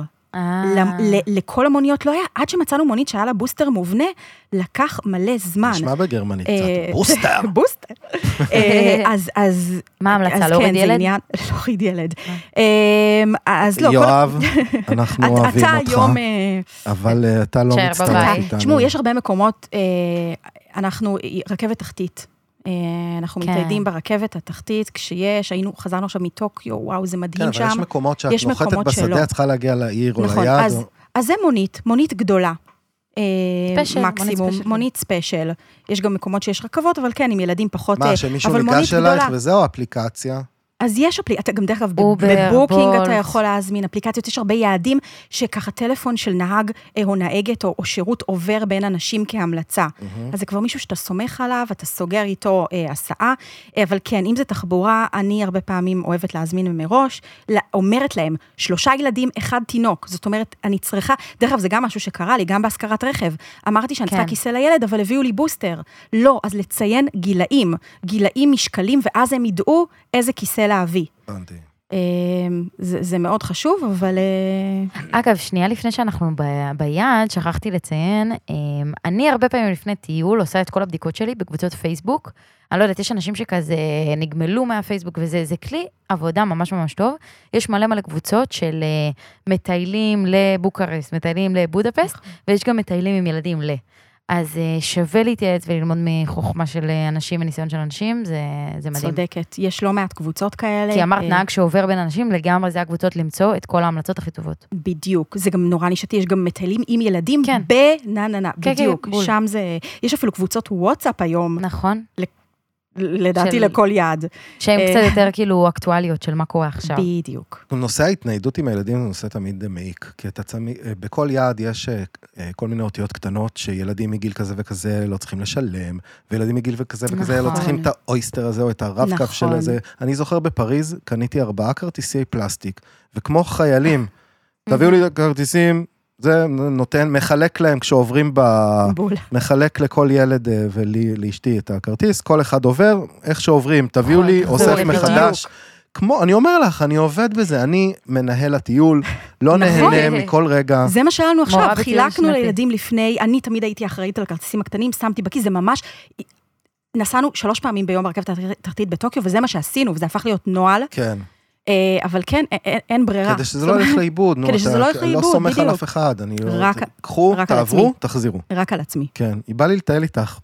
לכל המוניות לא היה, עד שמצאנו מונית שהיה לה בוסטר מובנה, לקח מלא זמן. נשמע בגרמנית קצת, בוסטר. בוסטר. אז... מה ההמלצה, להוריד ילד? להוריד ילד. אז לא. יואב, אנחנו אוהבים אותך, אבל אתה לא מצטרף איתנו. תשמעו, יש הרבה מקומות, אנחנו רכבת תחתית. אנחנו מתעדים ברכבת התחתית, חזרנו עכשיו מטוקיו, וואו, זה מדהים שם. כן, אבל יש מקומות שאת נוחתת בשדה, את צריכה להגיע לעיר או ליעד. אז זה מונית גדולה. מקסימום, מונית ספיישל. יש גם מקומות שיש רכבות, אבל כן, עם ילדים פחות... מה, שמישהו ניגש אלייך וזהו, אפליקציה? אז יש אפליקציה, גם דרך אגב, בבוקינג אתה יכול להזמין אפליקציות, יש הרבה יעדים שככה טלפון של נהג או נהגת או שירות עובר בין אנשים כהמלצה. אז זה כבר מישהו שאתה סומך עליו, אתה סוגר איתו הסעה, אבל כן, אם זה תחבורה, אני הרבה פעמים אוהבת להזמין מראש, אומרת להם, 3 ילדים, 1 תינוק, זאת אומרת, אני צריכה, דרך אגב, זה גם משהו שקרה לי, גם בהשכרת רכב, אמרתי שאני צריכה כיסא לילד, אבל הביאו לי בוסטר. לא, אז לציין גילאים משקלים, ואז הם ידעו איזה כיסא להביא. זה מאוד חשוב, אבל... אגב, שנייה לפני שאנחנו ביעד, שכחתי לציין, אני הרבה פעמים לפני טיול עושה את כל הבדיקות שלי בקבוצות פייסבוק, אני לא יודעת, יש אנשים שכזה נגמלו מהפייסבוק, וזה כלי עבודה ממש ממש טוב, יש מלא קבוצות של מטיילים לבוקרסט, מטיילים לבודפסט, ויש גם מטיילים עם ילדים אז שווה להתייעץ וללמוד מחוכמה של אנשים וניסיון של אנשים, זה מדהים. צודקת, יש לא מעט קבוצות כאלה. כי אמרת נהג שעובר בין אנשים, לגמרי זה הקבוצות למצוא את כל ההמלצות הכי טובות. בדיוק, זה גם נורא נישתי, יש גם מטיילים עם ילדים בדיוק, שם זה, יש אפילו קבוצות וואטסאפ היום. נכון. לדעתי לכל יעד. שהן קצת יותר כאילו אקטואליות של מה קורה עכשיו. בדיוק. נושא ההתניידות עם הילדים הוא נושא תמיד מעיק, כי בכל יעד יש כל מיני אותיות קטנות, שילדים מגיל כזה וכזה לא צריכים לשלם, וילדים מגיל וכזה וכזה לא צריכים את האויסטר הזה, או את הרב-קף של זה. אני זוכר בפריז, קניתי 4 כרטיסי פלסטיק, וכמו חיילים, תביאו לי כרטיסים, זה נותן, מחלק להם כשעוברים מחלק לכל ילד ולאשתי את הכרטיס, כל אחד עובר, איך שעוברים, תביאו לי, אוסף מחדש. כמו, אני אומר לך, אני עובד בזה, אני מנהל הטיול, לא נהנה מכל רגע. זה מה שאלנו עכשיו, חילקנו לילדים לפני, אני תמיד הייתי אחראית על הכרטיסים הקטנים, שמתי בכיס, זה ממש, נסענו 3 פעמים ביום ברכבת התחתית בטוקיו, וזה מה שעשינו, וזה הפך להיות נוהל. כן. אבל כן, אין ברירה. כדי שזה לא ילך לאיבוד, כדי שזה לא ילך לאיבוד, לא סומך על אף אחד, קחו, תעברו, תחזירו. רק על עצמי. כן, היא באה לי לטייל איתך,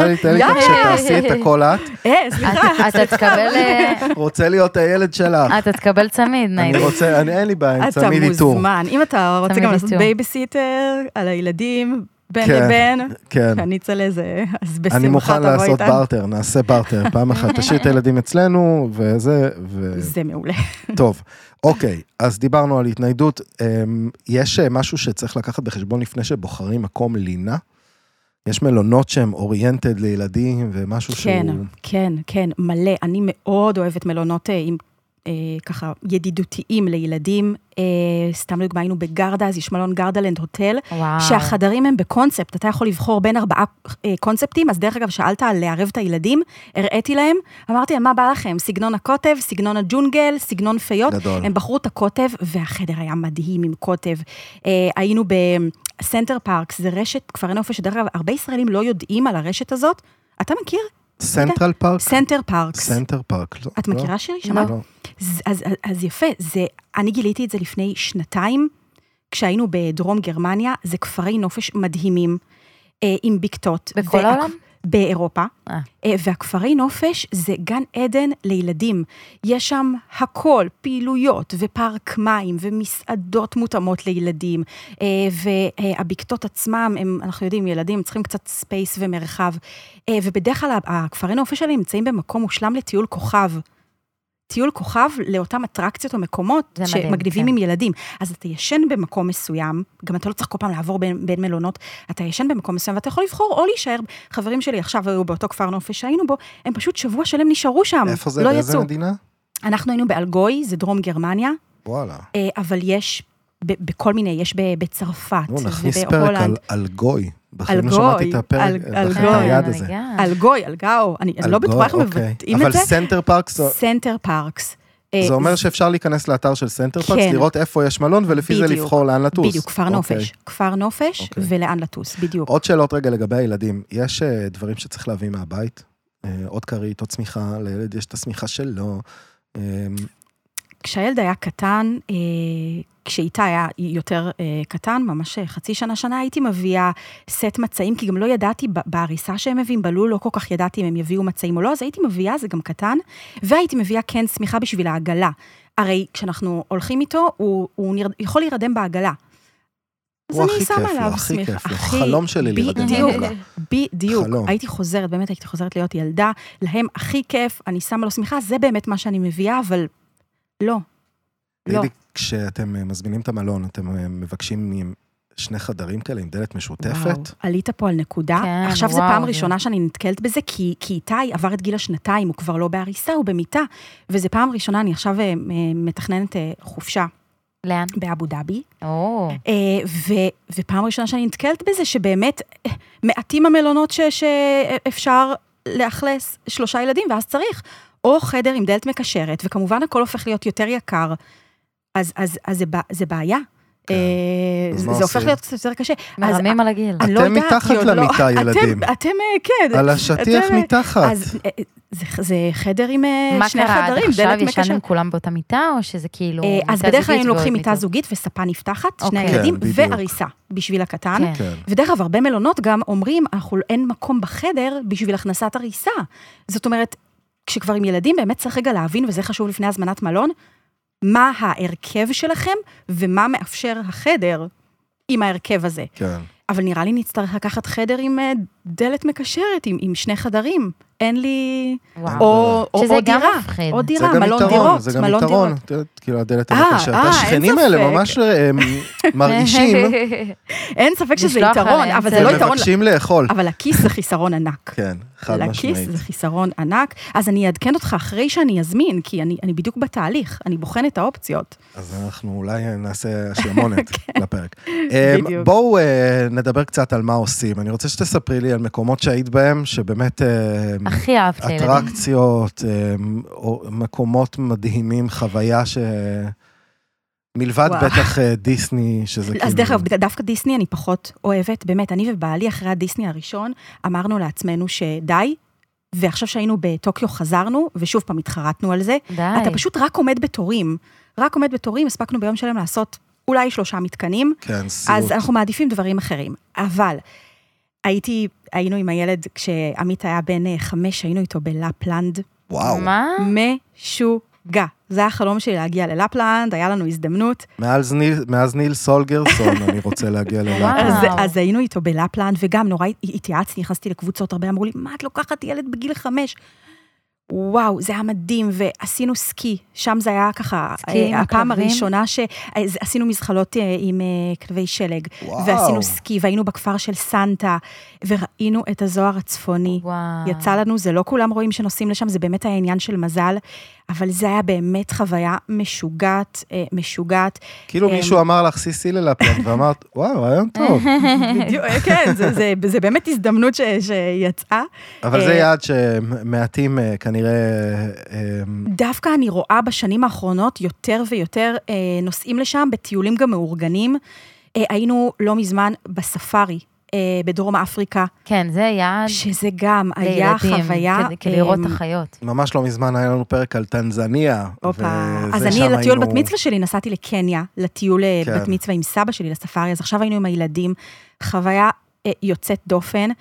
שתעשי את הכל את. סליחה. אתה תקבל... רוצה להיות הילד שלך. אתה תקבל צמיד, נעים. אין לי בעיה, צמיד איתור. אתה מוזמן, אם אתה רוצה גם לעשות בייביסיטר על הילדים, בין לבין, אני אצא לזה, אז בשמחה תבוא איתן. אני מוכן לעשות בארטר, נעשה בארטר, פעם אחת, תשאיר את הילדים אצלנו, וזה... זה מעולה. טוב, אוקיי, אז דיברנו על התניידות, יש משהו שצריך לקחת בחשבון לפני שבוחרים מקום לינה? יש מלונות שהם אוריינטד לילדים, ומשהו שהוא... כן, מלא, אני מאוד אוהבת מלונות עם... ככה ידידותיים לילדים, סתם לדוגמה היינו בגרדה, אז יש מלון גרדלנד הוטל, שהחדרים הם בקונספט, אתה יכול לבחור בין 4 קונספטים, אז דרך אגב שאלת על לערב את הילדים, הראיתי להם, אמרתי להם מה בא לכם, סגנון הקוטב, סגנון הג'ונגל, סגנון פיות, הם בחרו את הקוטב, והחדר היה מדהים עם קוטב, היינו בסנטר פארקס, זה רשת כפרי נופש, שדרך אגב הרבה ישראלים לא יודעים על הרשת הזאת, אתה מכיר? סנטרל פארק? סנטר פארקס. סנטר פארק, לא. את מכירה שלי? שמעת? אז יפה, אני גיליתי את זה לפני 2, כשהיינו בדרום גרמניה, זה כפרי נופש מדהימים, עם בקתות. בכל העולם? באירופה, והכפרי נופש זה גן עדן לילדים. יש שם הכל, פעילויות ופארק מים ומסעדות מותאמות לילדים, והבקתות עצמם, אנחנו יודעים, ילדים צריכים קצת ספייס ומרחב, ובדרך כלל הכפרי נופש האלה נמצאים במקום מושלם לטיול כוכב. טיול כוכב לאותם אטרקציות או מקומות שמגניבים עם ילדים. אז אתה ישן במקום מסוים, גם אתה לא צריך כל פעם לעבור בין מלונות, אתה ישן במקום מסוים, ואתה יכול לבחור או להישאר. חברים שלי עכשיו היו באותו כפר נופש שהיינו בו, הם פשוט שבוע שלם נשארו שם. איפה זה? באיזה מדינה? אנחנו היינו באלגוי, זה דרום גרמניה. וואלה. אבל יש בכל מיני, יש בצרפת ובהולנד. נכניס פרק על אלגוי. בכלל לא שמעתי את הפרק, היד הזה. אלגאו, אני לא בטוחה איך מבטאים את זה. אבל סנטר פארקס? סנטר פארקס. זה אומר שאפשר להיכנס לאתר של סנטר פארקס, לראות איפה יש מלון, ולפי זה לבחור לאן לטוס. בדיוק, כפר נופש ולאן לטוס, בדיוק. עוד שאלות רגע לגבי הילדים, יש דברים שצריך להביא מהבית? עוד קרית, עוד צמיחה, לילד יש את הצמיחה שלו. כשהילד היה קטן, כשאיתה היה יותר קטן, ממש חצי שנה, הייתי מביאה סט מצעים, כי גם לא ידעתי בעריסה שהם מביאים, בלול לא כל כך ידעתי אם הם יביאו מצעים או לא, אז הייתי מביאה, זה גם קטן, והייתי מביאה כן צמיחה בשביל העגלה. הרי כשאנחנו הולכים איתו, הוא יכול להירדם בעגלה. הוא הכי כיף לו, הכי כיף לו, חלום שלי להירדם בעגלה. בדיוק, הייתי חוזרת להיות ילדה, להם הכי כיף, אני שמה לו צמיחה, זה באמת מה שאני מביאה, אבל לא. כשאתם מזמינים את המלון, אתם מבקשים 2 חדרים כאלה עם דלת משותפת? עלית פה על נקודה. עכשיו זו פעם ראשונה שאני נתקלת בזה, כי איתי עבר את גיל 2, הוא כבר לא בעריסה, הוא במיטה, וזו פעם ראשונה, אני עכשיו מתכננת חופשה. לאן? באבו דאבי. ופעם ראשונה שאני נתקלת בזה, שבאמת מעטים המלונות שאפשר לאכלס 3 ילדים, ואז צריך או חדר עם דלת מקשרת, וכמובן הכל הופך להיות יותר יקר, אז זה בעיה. זה הופך להיות קצת יותר קשה. מרמים על הגיל. אתם מתחת למיטה, ילדים. אתם, כן. על השטיח מתחת. זה חדר עם שני חדרים, מה קרה עד עכשיו? ישנתם כולם באותה מיטה, או שזה כאילו... אז בדרך כלל היינו לוקחים מיטה זוגית וספה נפתחת, שני ילדים, ואריסה בשביל הקטן. ודרך כלל הרבה מלונות גם אומרים, אין מקום בחדר בשביל הכנסת אריסה. זאת אומרת, כשכבר עם ילדים באמת צריך רגע להבין, וזה חשוב לפני הזמנת מלון, מה ההרכב שלכם, ומה מאפשר החדר עם ההרכב הזה. כן. אבל נראה לי נצטרך לקחת חדר עם דלת מקשרת, עם שני חדרים. אין לי... או דירה. או דירה, מלון דירות. זה גם יתרון. כאילו הדלת המקשרת. השכנים האלה ממש מרגישים. אין ספק שזה יתרון, אבל זה לא יתרון. מבקשים לאכול. אבל הכיס זה חיסרון ענק. כן, חד משמעית. לכיס זה חיסרון ענק. אז אני אעדכן אותך אחרי שאני אזמין, כי אני בדיוק בתהליך. אני בוחן את האופציות. אז אנחנו אולי נעשה השלמונת לפרק. בואו נדבר קצת על מה עושים. אני רוצה שתספרי לי על מקומות שהיית בהם, שבאמת הכי אהבת לילדים. אטרקציות, מקומות מדהימים, חוויה מלבד בטח דיסני, שזה כאילו... אז דרך אגב, דווקא דיסני אני פחות אוהבת, באמת, אני ובעלי אחרי הדיסני הראשון, אמרנו לעצמנו שדי, ועכשיו שהיינו בטוקיו חזרנו, ושוב פעם התחרטנו על זה, אתה פשוט רק עומד בתורים, הספקנו ביום שלם לעשות אולי 3 מתקנים, כן, סיוט. אז אנחנו מעדיפים דברים אחרים, אבל היינו עם הילד, כשעמית היה בן 5, היינו איתו בלפלנד. וואו. מה? משוגע. זה היה חלום שלי להגיע ללפלנד, היה לנו הזדמנות. מאז ניל סולגרסון אני רוצה להגיע ללפלנד. אז היינו איתו בלפלנד, וגם נורא התייעצתי, נכנסתי לקבוצות, הרבה אמרו לי, מה את לוקחת ילד בגיל 5? וואו, זה היה מדהים, ועשינו סקי, שם זה היה ככה, הפעם הראשונה שעשינו מזחלות עם כלבי שלג, ועשינו סקי, והיינו בכפר של סנטה, וראינו את הזוהר הצפוני, יצא לנו, זה לא כולם רואים שנוסעים לשם, זה באמת היה עניין של מזל, אבל זה היה באמת חוויה משוגעת. כאילו מישהו אמר לך, סיסי ללפלנד, ואמרת, וואו, רעיון טוב. כן, זה באמת הזדמנות שיצאה. אבל זה יעד שמעטים כנראה... דווקא אני רואה בשנים האחרונות יותר ויותר נוסעים לשם, בטיולים גם מאורגנים. היינו לא מזמן בספארי. בדרום אפריקה. כן, זה יעד. שזה גם היה חוויה. כדי לראות את החיות. ממש לא מזמן היה לנו פרק על טנזניה. אז אני לטיול בת מצווה שלי נסעתי לקניה, לטיול בת מצווה עם סבא שלי לספארי, אז עכשיו היינו עם הילדים, חוויה יוצאת דופן,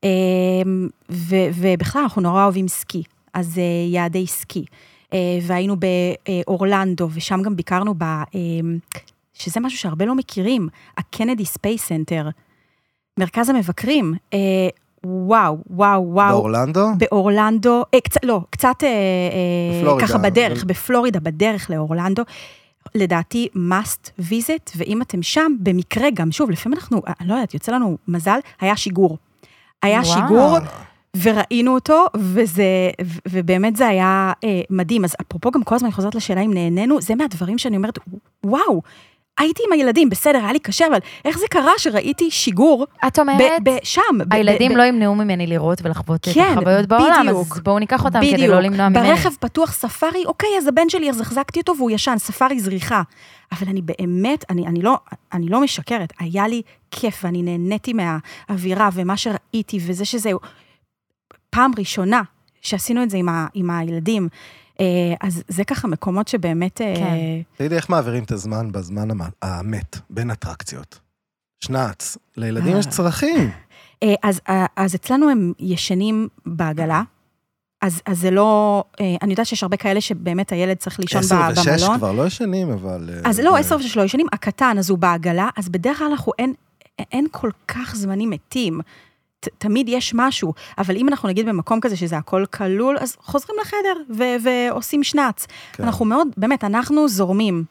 ובכלל אנחנו נורא אוהבים סקי, אז יעדי סקי, והיינו באורלנדו, ושם גם ביקרנו שזה משהו שהרבה לא מכירים, הקנדי ספייס סנטר, מרכז המבקרים, וואו. באורלנדו? באורלנדו, קצת ככה בדרך, בפלורידה, בדרך לאורלנדו, לדעתי must visit, ואם אתם שם, במקרה גם, שוב, לפעמים אנחנו, אני לא יודעת, יוצא לנו מזל, היה שיגור. היה שיגור, וראינו אותו, ובאמת זה היה מדהים. אז אפרופו גם כל הזמן אני חוזרת לשאלה אם נהנינו, זה מהדברים שאני אומרת, וואו, הייתי עם הילדים, בסדר, היה לי קשה, אבל איך זה קרה שראיתי שיגור את אומרת, שם? הילדים לא ימנעו ממני לראות ולחוות את החוויות בעולם, אז בואו ניקח אותם כדי לא למנוע ממני. ברכב פתוח ספארי, אוקיי, אז הבן שלי, אז החזקתי אותו והוא ישן, ספארי זריחה. אבל אני באמת, אני לא משקרת, היה לי כיף ואני נהניתי מהאווירה ומה שראיתי, וזה שזה פעם ראשונה שעשינו את זה עם הילדים, אז זה ככה מקומות שבאמת... תגידי, איך מעבירים את הזמן בזמן האמת, בין אטרקציות? שנץ, לילדים יש צרכים. אז אצלנו הם ישנים בעגלה, אז זה לא... אני יודעת שיש הרבה כאלה שבאמת הילד צריך לישון במלון. 10 ו6 כבר לא ישנים, אבל... אז לא, 10 ו6 לא ישנים, הקטן, אז הוא בעגלה, אז בדרך כלל אנחנו אין כל כך זמנים מתים. תמיד יש משהו, אבל אם אנחנו נגיד במקום כזה שזה הכל כלול, אז חוזרים לחדר ועושים שנץ. כן. אנחנו מאוד, באמת, אנחנו זורמים.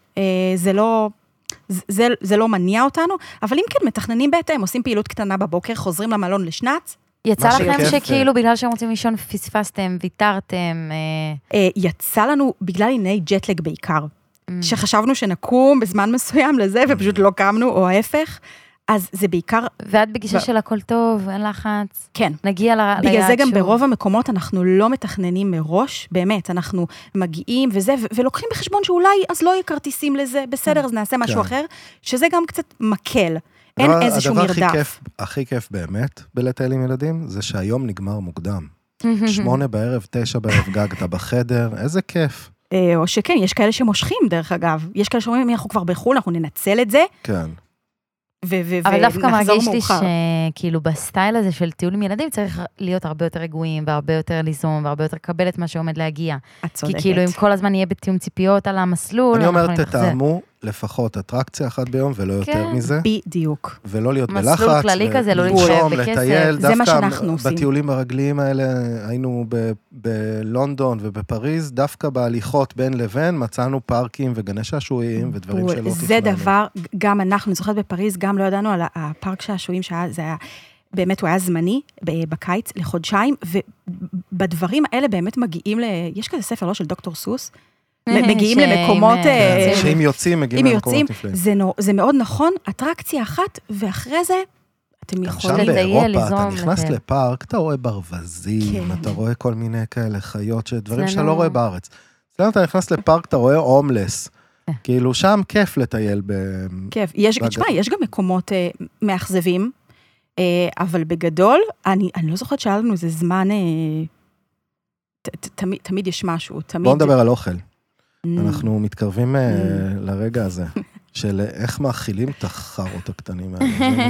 זה לא מניע אותנו, אבל אם כן, מתכננים בהתאם, עושים פעילות קטנה בבוקר, חוזרים למלון לשנץ. יצא לכם שכאילו בגלל שהם רוצים לישון פספסתם, ויתרתם? יצא לנו בגלל עיני ג'טלג בעיקר, שחשבנו שנקום בזמן מסוים לזה, ופשוט לא קמנו, או ההפך. אז זה בעיקר... ואת בגישה של הכל טוב, אין לחץ. כן. נגיע ליעד שוב. בגלל זה גם ברוב המקומות אנחנו לא מתכננים מראש, באמת, אנחנו מגיעים וזה, ולוקחים בחשבון שאולי אז לא יהיה כרטיסים לזה, בסדר, אז נעשה משהו אחר, שזה גם קצת מקל. אין איזשהו מרדף. הדבר הכי כיף באמת בלטייל עם ילדים, זה שהיום נגמר מוקדם. 8 בערב, 9 בערב גג, אתה בחדר, איזה כיף. או שכן, יש כאלה שמושכים דרך אגב, יש כאלה שאומרים, אנחנו כבר בחול, אנחנו ננצל את זה. כן. אבל דווקא מרגיש לי שכאילו בסטייל הזה של טיול עם ילדים צריך להיות הרבה יותר רגועים, והרבה יותר ליזום, והרבה יותר לקבל את מה שעומד להגיע. כי כאילו אם כל הזמן יהיה בתיאום ציפיות על המסלול, אני אומרת, תתאמו לפחות אטרקציה אחת ביום, ולא יותר מזה. בדיוק. ולא להיות בלחץ. מסלול כללי כזה, לא להישאר בכסף. זה מה שאנחנו עושים. בטיולים הרגליים האלה, היינו בלונדון ובפריז, דווקא בהליכות בין לבין, מצאנו פארקים וגני שעשועים ודברים שלא תכננו. זה דבר, גם אנחנו, זוכרת בפריז, גם לא ידענו על הפארק שעשועים, זה היה, באמת הוא היה זמני, בקיץ, לחודשיים, ובדברים האלה באמת מגיעים יש כזה ספר, לא של דוקטור סוס, מגיעים למקומות... שאם יוצאים, מגיעים למקומות נפלאים. זה מאוד נכון, אטרקציה אחת, ואחרי זה, אתם יכולים... שם באירופה, אתה נכנס לפארק, אתה רואה ברווזים, אתה רואה כל מיני כאלה חיות, דברים שאתה לא רואה בארץ. אצלנו אתה נכנס לפארק, אתה רואה הומלס. כאילו, שם כיף לטייל כיף. יש גם מקומות מאכזבים, אבל בגדול, אני לא זוכרת שהיה לנו איזה זמן... תמיד יש משהו, תמיד... בואו נדבר על אוכל. אנחנו מתקרבים לרגע הזה, של איך מאכילים את החרות הקטנים האלה.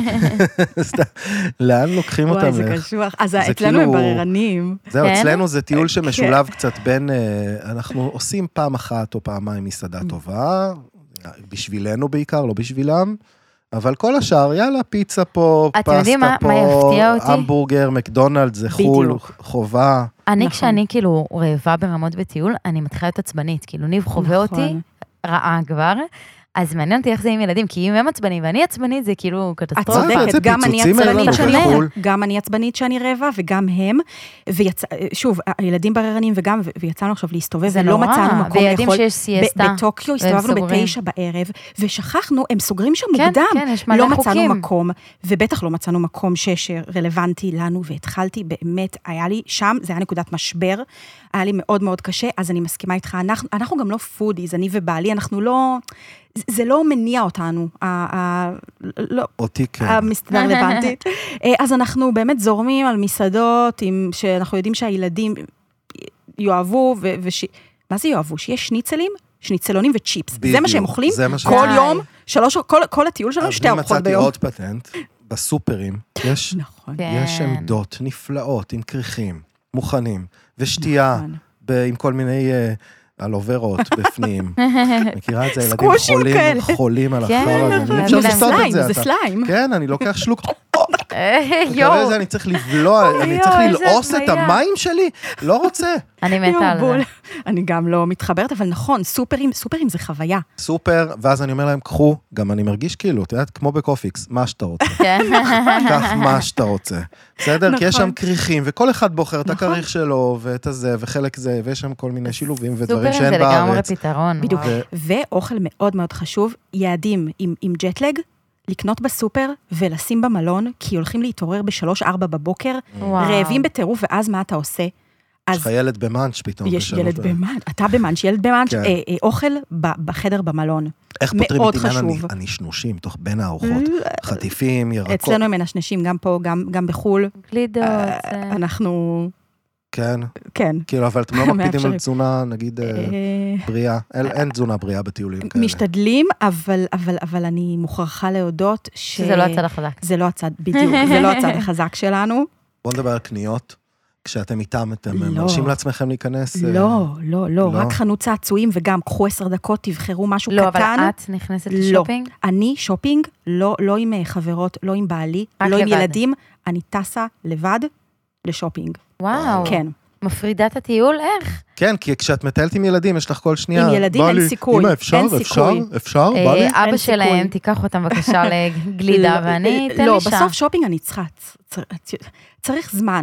לאן לוקחים אותם? וואי, זה קשוח. אז אצלנו הם בררנים. זהו, אצלנו זה טיול שמשולב קצת בין, אנחנו עושים פעם אחת או פעמיים מסעדה טובה, בשבילנו בעיקר, לא בשבילם, אבל כל השאר, יאללה, פיצה פה, פסטה פה, המבורגר, מקדונלד, זה חול, חובה. אני כשאני כאילו רעבה ברמות בטיול, אני מתחילה להיות עצבנית, כאילו ניב חווה אותי, רעה כבר, אז מעניין אותי איך זה עם ילדים, כי אם הם עצבנים ואני עצבנית, זה כאילו קטסטרופה. את צודקת, גם אני עצבנית שאני רעבה, וגם הם, ושוב, הילדים בררנים וגם, ויצאנו עכשיו להסתובב, ולא מצאנו מקום לאכול. בטוקיו הסתובבנו ב9 בערב, ושכחנו, הם סוגרים שם מוקדם, לא מצאנו מקום, ובטח לא מצאנו מקום שרלוונטי לנו, והתחלתי באמת, היה לי שם, זה היה נקודת משבר, היה לי מאוד מאוד קשה, אז אני מסכימה איתך, אנחנו גם לא פודיז, אני ובעלי, אנחנו לא... זה לא מניע אותנו, אותי כן. המסעדה רלוונטית. אז אנחנו באמת זורמים על מסעדות, שאנחנו יודעים שהילדים יאהבו, מה זה יאהבו? שיש שניצלים, שניצלונים וצ'יפס. זה מה שהם אוכלים כל יום, כל הטיול שלנו, 2 ארוחות ביום. אז אני מצאתי עוד פטנט, בסופרים, יש עמדות נפלאות, עם כריכים, מוכנים, ושתייה, עם כל מיני... על עוברות בפנים. מכירה את זה, ילדים חולים על החור הזה. אפשר לעשות את זה. זה סליים. כן, אני לוקח שלוק. אני צריך לבלוע, אני צריך ללעוס את המים שלי. לא רוצה. אני מתה על זה. אני גם לא מתחברת, אבל נכון, סופרים זה חוויה. סופר, ואז אני אומר להם, קחו, גם אני מרגיש כאילו, אתה יודעת, כמו בקופיקס, מה שאתה רוצה. קח מה שאתה רוצה. בסדר? כי יש שם כריכים, וכל אחד בוחר את הכריך שלו, ואת הזה, וחלק זה, ויש שם כל מיני שילובים ודברים שאין בארץ. סופרים זה לגמרי פתרון. בדיוק. ואוכל מאוד מאוד חשוב, יעדים עם ג'טלג, לקנות בסופר ולשים במלון, כי הולכים להתעורר ב3-4 בבוקר, רעבים בטירוף, ואז מה אתה עושה? יש לך ילד במאנץ' פתאום. יש ילד במאנץ', אתה במאנץ', ילד במאנץ', אוכל בחדר במלון. איך פותרים את עניין הנשנושים, תוך בין הארוחות, חטיפים, ירקות? אצלנו הם מנשנשים גם פה, גם בחול. גלידות. אנחנו... כן. כן. כאילו, אבל אתם לא מקפידים על תזונה, נגיד, בריאה. אין תזונה בריאה בטיולים כאלה. משתדלים, אבל אני מוכרחה להודות שזה לא הצד החזק. זה לא הצד, בדיוק, זה לא הצד החזק שלנו. בואו נדבר על קניות. כשאתם איתם, אתם מרשים לעצמכם להיכנס? לא, רק חנות צעצועים, וגם קחו 10 דקות, תבחרו משהו קטן. לא, אבל את נכנסת לשופינג? אני שופינג, לא עם חברות, לא עם בעלי, לא עם ילדים, אני טסה לבד לשופינג. וואו. כן. מפרידת הטיול, איך? כן, כי כשאת מטלת עם ילדים, יש לך כל שנייה... עם ילדים אין סיכוי. אמא, אפשר? בא לי? אבא שלהם, תיקח אותם בבקשה לגלידה, ואני אתן לי שם. לא, בסוף שופינג אני צריך זמן.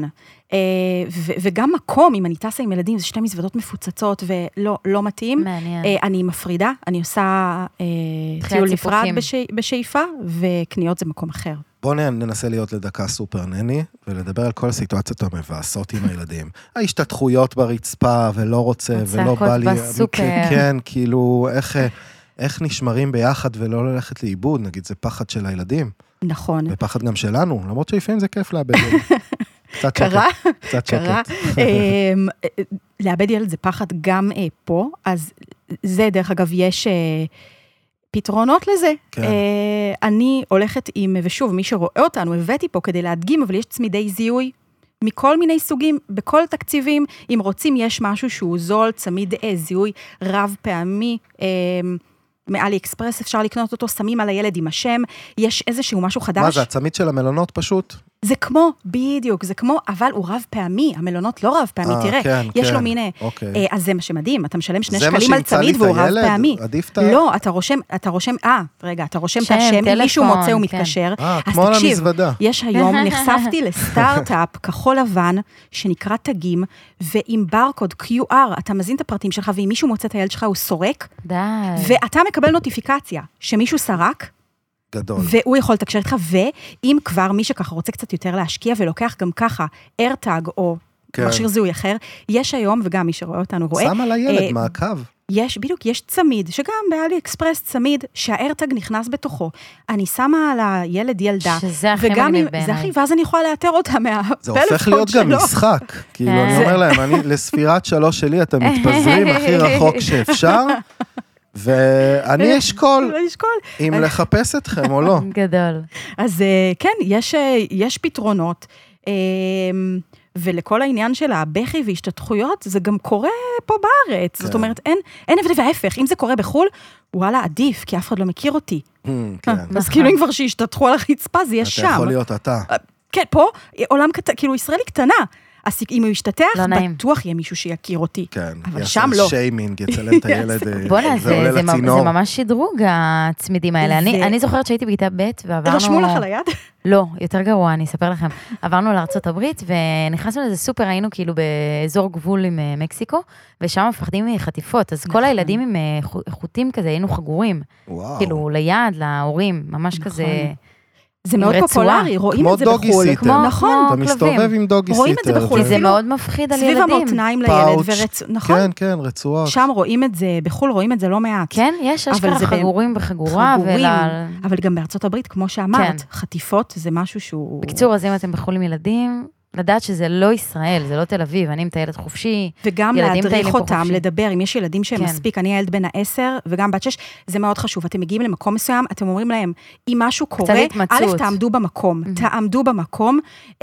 וגם מקום, אם אני טסה עם ילדים, זה 2 מזוודות מפוצצות ולא מתאים. מעניין. אני מפרידה, אני עושה טיול נפרד בשאיפה, וקניות זה מקום אחר. בואו ננסה להיות לדקה סופר נני, ולדבר על כל הסיטואציות המבאסות עם הילדים. ההשתתחויות ברצפה, ולא רוצה, ולא בא לי... כן, כאילו, איך נשמרים ביחד ולא ללכת לאיבוד, נגיד, זה פחד של הילדים. נכון. ופחד גם שלנו, למרות שלפעמים זה כיף לאבד ילד. קצת שקט. לאבד ילד זה פחד גם פה, אז זה דרך אגב יש פתרונות לזה. אני הולכת עם, ושוב, מי שרואה אותנו, הבאתי פה כדי להדגים, אבל יש צמידי זיהוי מכל מיני סוגים, בכל תקציבים, אם רוצים יש משהו שהוא זול, צמיד זיהוי רב פעמי, מאלי אקספרס, אפשר לקנות אותו, שמים על הילד עם השם, יש איזשהו משהו חדש. מה זה, הצמיד של המלונות פשוט? זה כמו, בדיוק, זה כמו, אבל הוא רב פעמי, המלונות לא רב פעמי, תראה, כן, יש כן, לו מיני, אוקיי. אז זה מה שמדהים, אתה משלם 2 שקלים על צמיד והוא רב פעמי. לא, אתה רושם, אתה רושם את השם, אם מישהו מוצא ומתקשר, אז תקשיב, יש היום, נחשפתי לסטארט-אפ כחול לבן, שנקרא תגים, ועם ברקוד QR, אתה מזין את הפרטים שלך, ואם מישהו מוצא את הילד שלך, הוא סורק, ואתה מקבל נוטיפיקציה, שמישהו סרק, גדול. והוא יכול לתקשר איתך, ואם כבר מי שככה רוצה קצת יותר להשקיע, ולוקח גם ככה AirTag או מכשיר זיהוי אחר, יש היום, וגם מי שרואה אותנו רואה. שם על הילד, מעקב. בדיוק, יש צמיד, שגם באלי אקספרס צמיד, שהאיירטג נכנס בתוכו. אני שמה על הילד ילדה. שזה הכי מגניב בעיניי. זה הכי, ואז אני יכולה לאתר אותה מהפלאפון שלו. זה הופך להיות גם משחק. כאילו, אני אומר להם, לספירת 3 שלי, אתם מתפזרים הכי רחוק שאפשר, ואני אשכול, אם לחפש אתכם או לא. גדול. אז כן, יש פתרונות, ולכל העניין של הבכי והשתתחויות, זה גם קורה פה בארץ. זאת אומרת, אין הבדל וההפך. אם זה קורה בחול, וואלה, עדיף, כי אף אחד לא מכיר אותי. אז כאילו אם כבר שהשתתחו על הרצפה, זה יהיה שם. אתה יכול להיות אתה. כן, פה עולם כאילו ישראלי קטנה. אז אם הוא ישתתח, בטוח יהיה מישהו שיכיר אותי. כן, אבל שם לא. שיימינג, יצלם את הילד, זה עולה לצינור. זה ממש שדרוג הצמידים האלה. אני זוכרת שהייתי בכיתה ב' ועברנו... רשמו לך על היד? לא, יותר גרוע, אני אספר לכם. עברנו לארצות הברית, ונכנסנו לזה סופר, היינו כאילו באזור גבול עם מקסיקו, ושם מפחדים מחטיפות, אז כל הילדים עם חוטים כזה, היינו חגורים. כאילו, ליד, להורים, ממש כזה... זה מאוד פופולרי, רואים את זה בחול. כמו דוגי סיטר. נכון, אתה מסתובב עם דוגי סיטר. רואים את זה בחול. זה מאוד מפחיד על ילדים. סביב המותניים לילד ורצועות. נכון. כן, כן, רצועות. שם רואים את זה, בחול רואים את זה לא מעט. כן, יש אשכרה חגורים בחגורה. אבל גם בארצות הברית, כמו שאמרת, חטיפות זה משהו שהוא... בקצור, אז אם אתם בחול עם ילדים... לדעת שזה לא ישראל, זה לא תל אביב, אני מטיילת חופשי, וגם להדריך אותם, לדבר, אם יש ילדים שהם מספיק, אני הילד בן 10, וגם בת 6, זה מאוד חשוב, אתם מגיעים למקום מסוים, אתם אומרים להם, אם משהו קורה, א', תעמדו במקום,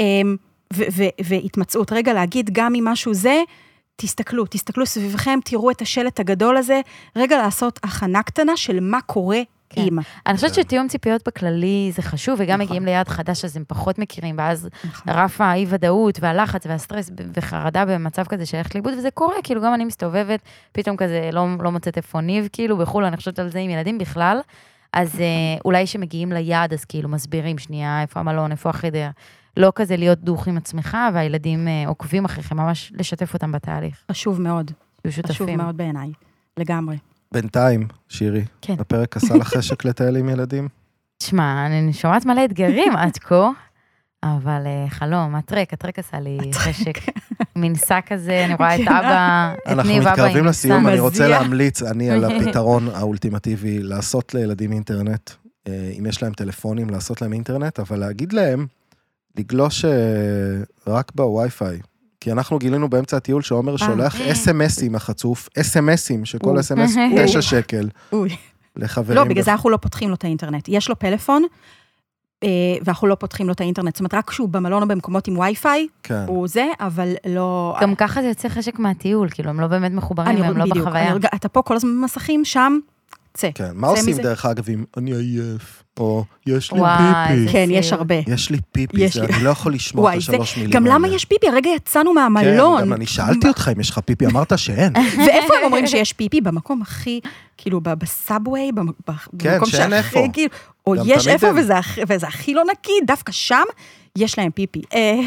והתמצאות, רגע להגיד, גם אם משהו זה, תסתכלו סביבכם, תראו את השלט הגדול הזה, רגע לעשות הכנה קטנה של מה קורה עם. אני חושבת שתיאום ציפיות בכללי זה חשוב, וגם מגיעים ליעד חדש, אז הם פחות מכירים, ואז רף האי-ודאות והלחץ והסטרס וחרדה במצב כזה שהלכת לאיבוד, וזה קורה, כאילו גם אני מסתובבת, פתאום כזה לא מוצאת איפה ניב, כאילו בחול, אני חושבת על זה עם ילדים בכלל, אז אולי שמגיעים ליעד, אז כאילו מסבירים שנייה, איפה המלון, איפה החדר, לא כזה להיות דוך עם עצמך, והילדים עוקבים אחריכם, ממש לשתף אותם בתהליך. חשוב מאוד. חשוב מאוד בעיניי, לגמרי. בינתיים, שירי, הפרק עשה לך חשק לטייל עם ילדים? תשמע, אני שומעת מלא אתגרים עד כה, אבל חלום, הטרק עשה לי חשק. מנסה כזה, אני רואה את אבא, את ניב אבא. אנחנו מתקרבים לסיום, אני רוצה להמליץ, אני על הפתרון האולטימטיבי, לעשות לילדים אינטרנט, אם יש להם טלפונים, לעשות להם אינטרנט, אבל להגיד להם, לגלוש רק בווי-פיי. כי אנחנו גילינו באמצע הטיול שעומר שולח אס-אמסים החצוף, אס-אמסים, שכל אס-אמס 9 שקל לחברים. לא, בגלל זה אנחנו לא פותחים לו את האינטרנט. יש לו פלאפון, ואנחנו לא פותחים לו את האינטרנט. זאת אומרת, רק כשהוא במלון או במקומות עם וי-פיי, הוא זה, אבל לא... גם ככה זה יוצא חשק מהטיול, כאילו, הם לא באמת מחוברים, הם לא בחוויה. אתה פה כל הזמן במסכים, שם, צא. כן, מה עושים דרך אגב אם אני עייף? או יש לי פיפי. כן, יש הרבה. יש לי פיפי, אני לא יכול לשמוע את 3 מילים. גם למה יש פיפי? הרגע יצאנו מהמלון. כן, גם אני שאלתי אותך אם יש לך פיפי, אמרת שאין. ואיפה הם אומרים שיש פיפי? במקום הכי, כאילו, בסאבווי, כן, שאין איפה. או יש איפה וזה הכי לא נקי, דווקא שם יש להם פיפי.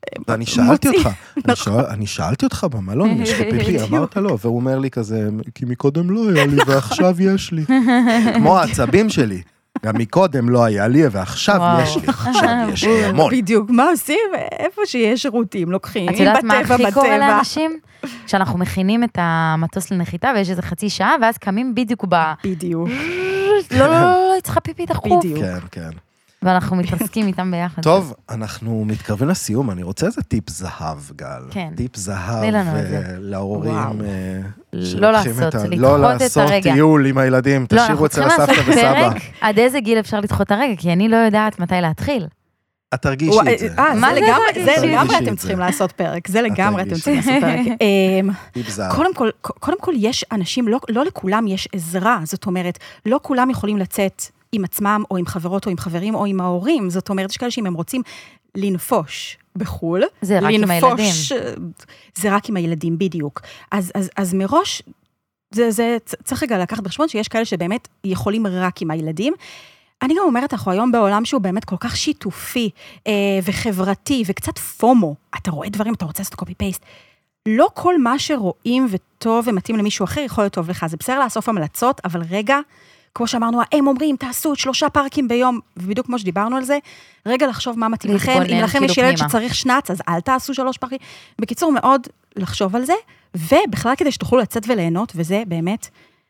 ואני שאלתי אותך, אני שאלתי אותך במלון, יש לך פיפי, אמרת לו, והוא אומר לי כזה, כי מקודם לא היה לי, ועכשיו יש לי. כמו העצבים שלי. גם מקודם לא היה לי, ועכשיו יש לי, עכשיו יש לי המון. בדיוק, מה עושים? איפה שיש שירותים, לוקחים, את יודעת מה הכי קורה לאנשים? כשאנחנו מכינים את המטוס לנחיתה, ויש איזה חצי שעה, ואז קמים בדיוק בדיוק. לא, צריכה פיפי דחוף. כן, כן. ואנחנו מתעסקים איתם ביחד. טוב, אנחנו מתקרבים לסיום, אני רוצה איזה טיפ זהב, גל. כן. טיפ זהב להורים לא לעשות, לדחות את הרגע. לא לעשות טיול עם הילדים, תשאירו אצל הסבתא וסבא. עד איזה גיל אפשר לדחות את הרגע? כי אני לא יודעת מתי להתחיל. את תרגישי את זה. זה לגמרי אתם צריכים לעשות פרק, זה לגמרי אתם צריכים לעשות פרק. טיפ זהב. קודם כל יש אנשים, לא לכולם יש עזרה, זאת אומרת, לא כולם יכולים לצאת עם עצמם, או עם חברות, או עם חברים, או עם ההורים. זאת אומרת, יש כאלה שאם הם רוצים לנפוש בחול, זה רק עם הילדים. זה רק עם הילדים, בדיוק. אז מראש, זה צריך רגע לקחת בחשבון, שיש כאלה שבאמת יכולים רק עם הילדים. אני גם אומרת, אנחנו היום בעולם שהוא באמת כל כך שיתופי, וחברתי, וקצת פומו. אתה רואה דברים, אתה רוצה לעשות קופי-פייסט. לא כל מה שרואים וטוב ומתאים למישהו אחר, יכול להיות טוב לך. זה בסדר לאסוף המלצות, אבל רגע, כמו שאמרנו, הם אומרים, תעשו 3 פארקים ביום, ובדיוק כמו שדיברנו על זה, רגע לחשוב מה מתאים לכם, אם לכם יש ילד שצריך שנץ, אז אל תעשו 3 פארקים. בקיצור, מאוד לחשוב על זה, ובכלל כדי שתוכלו לצאת וליהנות, וזה באמת,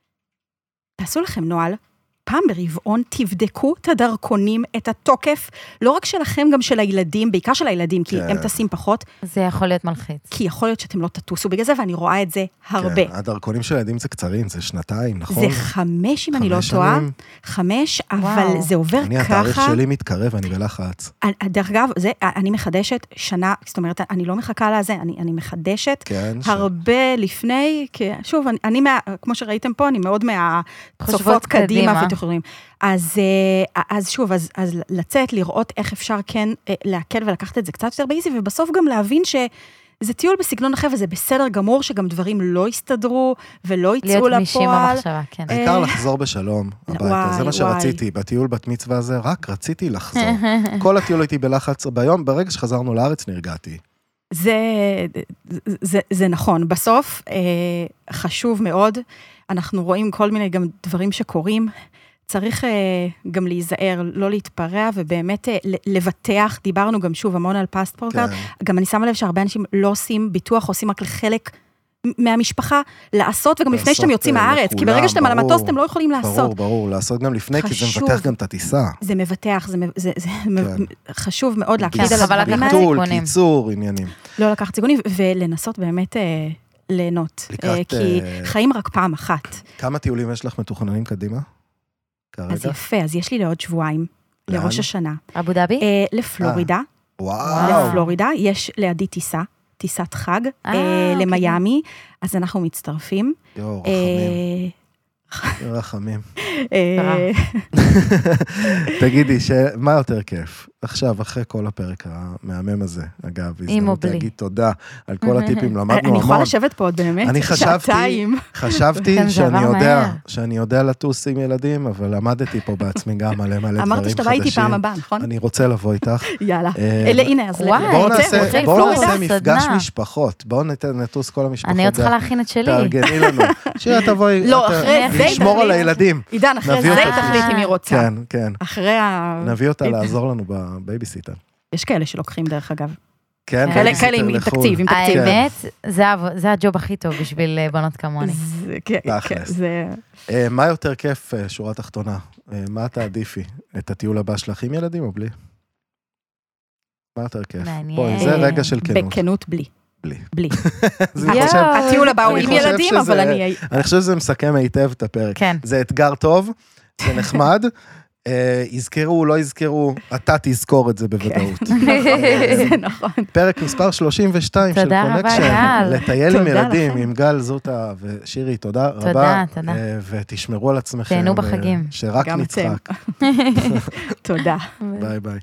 תעשו לכם נועל, פעם ברבעון תבדקו את הדרכונים, את התוקף, לא רק שלכם, גם של הילדים, בעיקר של הילדים, כי הם טסים פחות. זה יכול להיות מלחיץ. כי יכול להיות שאתם לא תטוסו בגלל זה, ואני רואה את זה הרבה. כן, הדרכונים של הילדים זה קצרים, זה 2, נכון? זה 5, אם אני לא טועה. 5, אבל זה עובר ככה. התאריך שלי מתקרב, אני בלחץ. דרך אגב, אני מחדשת שנה, זאת אומרת, אני לא מחכה לזה, אני מחדשת הרבה לפני, שוב, כמו שראיתם פה, אני מאוד מהצופות קדימה ותוכלים. אז שוב, אז לצאת, לראות איך אפשר כן להקל ולקחת את זה קצת יותר באיזי, ובסוף גם להבין שזה טיול בסגנון אחר, וזה בסדר גמור שגם דברים לא יסתדרו, ולא יצאו לפועל. להיות גמישים במחשבה, כן. העיקר לחזור בשלום הביתה, זה מה שרציתי, בטיול בת מצווה הזה, רק רציתי לחזור. כל הטיול הייתי בלחץ ביום, ברגע שחזרנו לארץ נרגעתי. זה נכון, בסוף חשוב מאוד, אנחנו רואים כל מיני גם דברים שקורים, צריך גם להיזהר, לא להתפרע, ובאמת לבטח, דיברנו גם שוב המון על פספורט, גם אני שמה לב שהרבה אנשים לא עושים ביטוח, עושים רק לחלק מהמשפחה לעשות, וגם לפני שאתם יוצאים מהארץ, כי ברגע שאתם על המטוס, אתם לא יכולים לעשות. ברור, לעשות גם לפני, כי זה מבטח גם את הטיסה. זה מבטח, זה חשוב מאוד להקליד על הדברים האלה. ביטול, קיצור, עניינים. לא לקחת סיכונים, ולנסות באמת ליהנות, כי חיים רק פעם אחת. כמה טיולים יש לך מתוכננים קדימה? אז יפה, אז יש לי לעוד שבועיים, לראש השנה. אבו דאבי? לפלורידה. וואו. לפלורידה, יש לידי טיסת חג, למיימי, אז אנחנו מצטרפים. יו, רחמים. תגידי, מה יותר כיף? עכשיו, אחרי כל הפרק המהמם הזה, אגב, הזדמנות להגיד תודה על כל הטיפים, למדנו המון. אני יכולה לשבת פה עוד באמת שעתיים. חשבתי שאני יודע לטוס עם ילדים, אבל למדתי פה בעצמי גם מלא דברים חדשים. אמרת שאתה בא איתי פעם הבאה, נכון? אני רוצה לבוא איתך. יאללה. הנה, אז בואו נעשה מפגש משפחות. בואו נטוס כל המשפחות. אני עוד צריכה להכין את שלי. תארגני לנו. שירה תבואי, נשמור על הילדים. עידן, אחרי זה תחליט אם היא רוצה. כן, כן. אחרי נביא אותה לעזור לנו בבייביסיטר. יש כאלה שלוקחים דרך אגב. כן, כאלה עם תקציב, עם תקציב. האמת, זה הג'וב הכי טוב בשביל בנות כמוני. תכלס. מה יותר כיף, שורה תחתונה? מה אתה עדיפי? את הטיול הבא שלך עם ילדים או בלי? מה יותר כיף? מעניין. זה רגע של כנות. בכנות בלי. בלי. הטיול הבא הוא עם ילדים, אבל אני חושב שזה מסכם היטב את הפרק. כן. זה אתגר טוב, זה נחמד, יזכרו, לא יזכרו, אתה תזכור את זה בוודאות. זה נכון. פרק מספר 32 של קונקשן, לטייל עם ילדים, עם גל זוטה ושירי, תודה רבה. תודה. ותשמרו על עצמכם. תהנו בחגים. שרק נצחק. תודה. ביי ביי.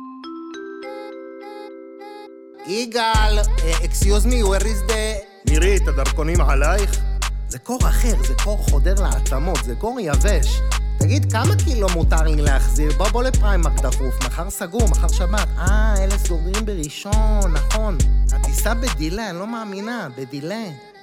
יגאל, excuse me, where is the... נירית, הדרכונים עלייך? זה קור אחר, זה קור חודר לעצמות, זה קור יבש. תגיד, כמה קילו מותר לי להחזיר? בוא לפריימרק דחוף, מחר סגור, מחר שבת. אלה סגורים בראשון, נכון. הטיסה בדילה, אני לא מאמינה, בדילה.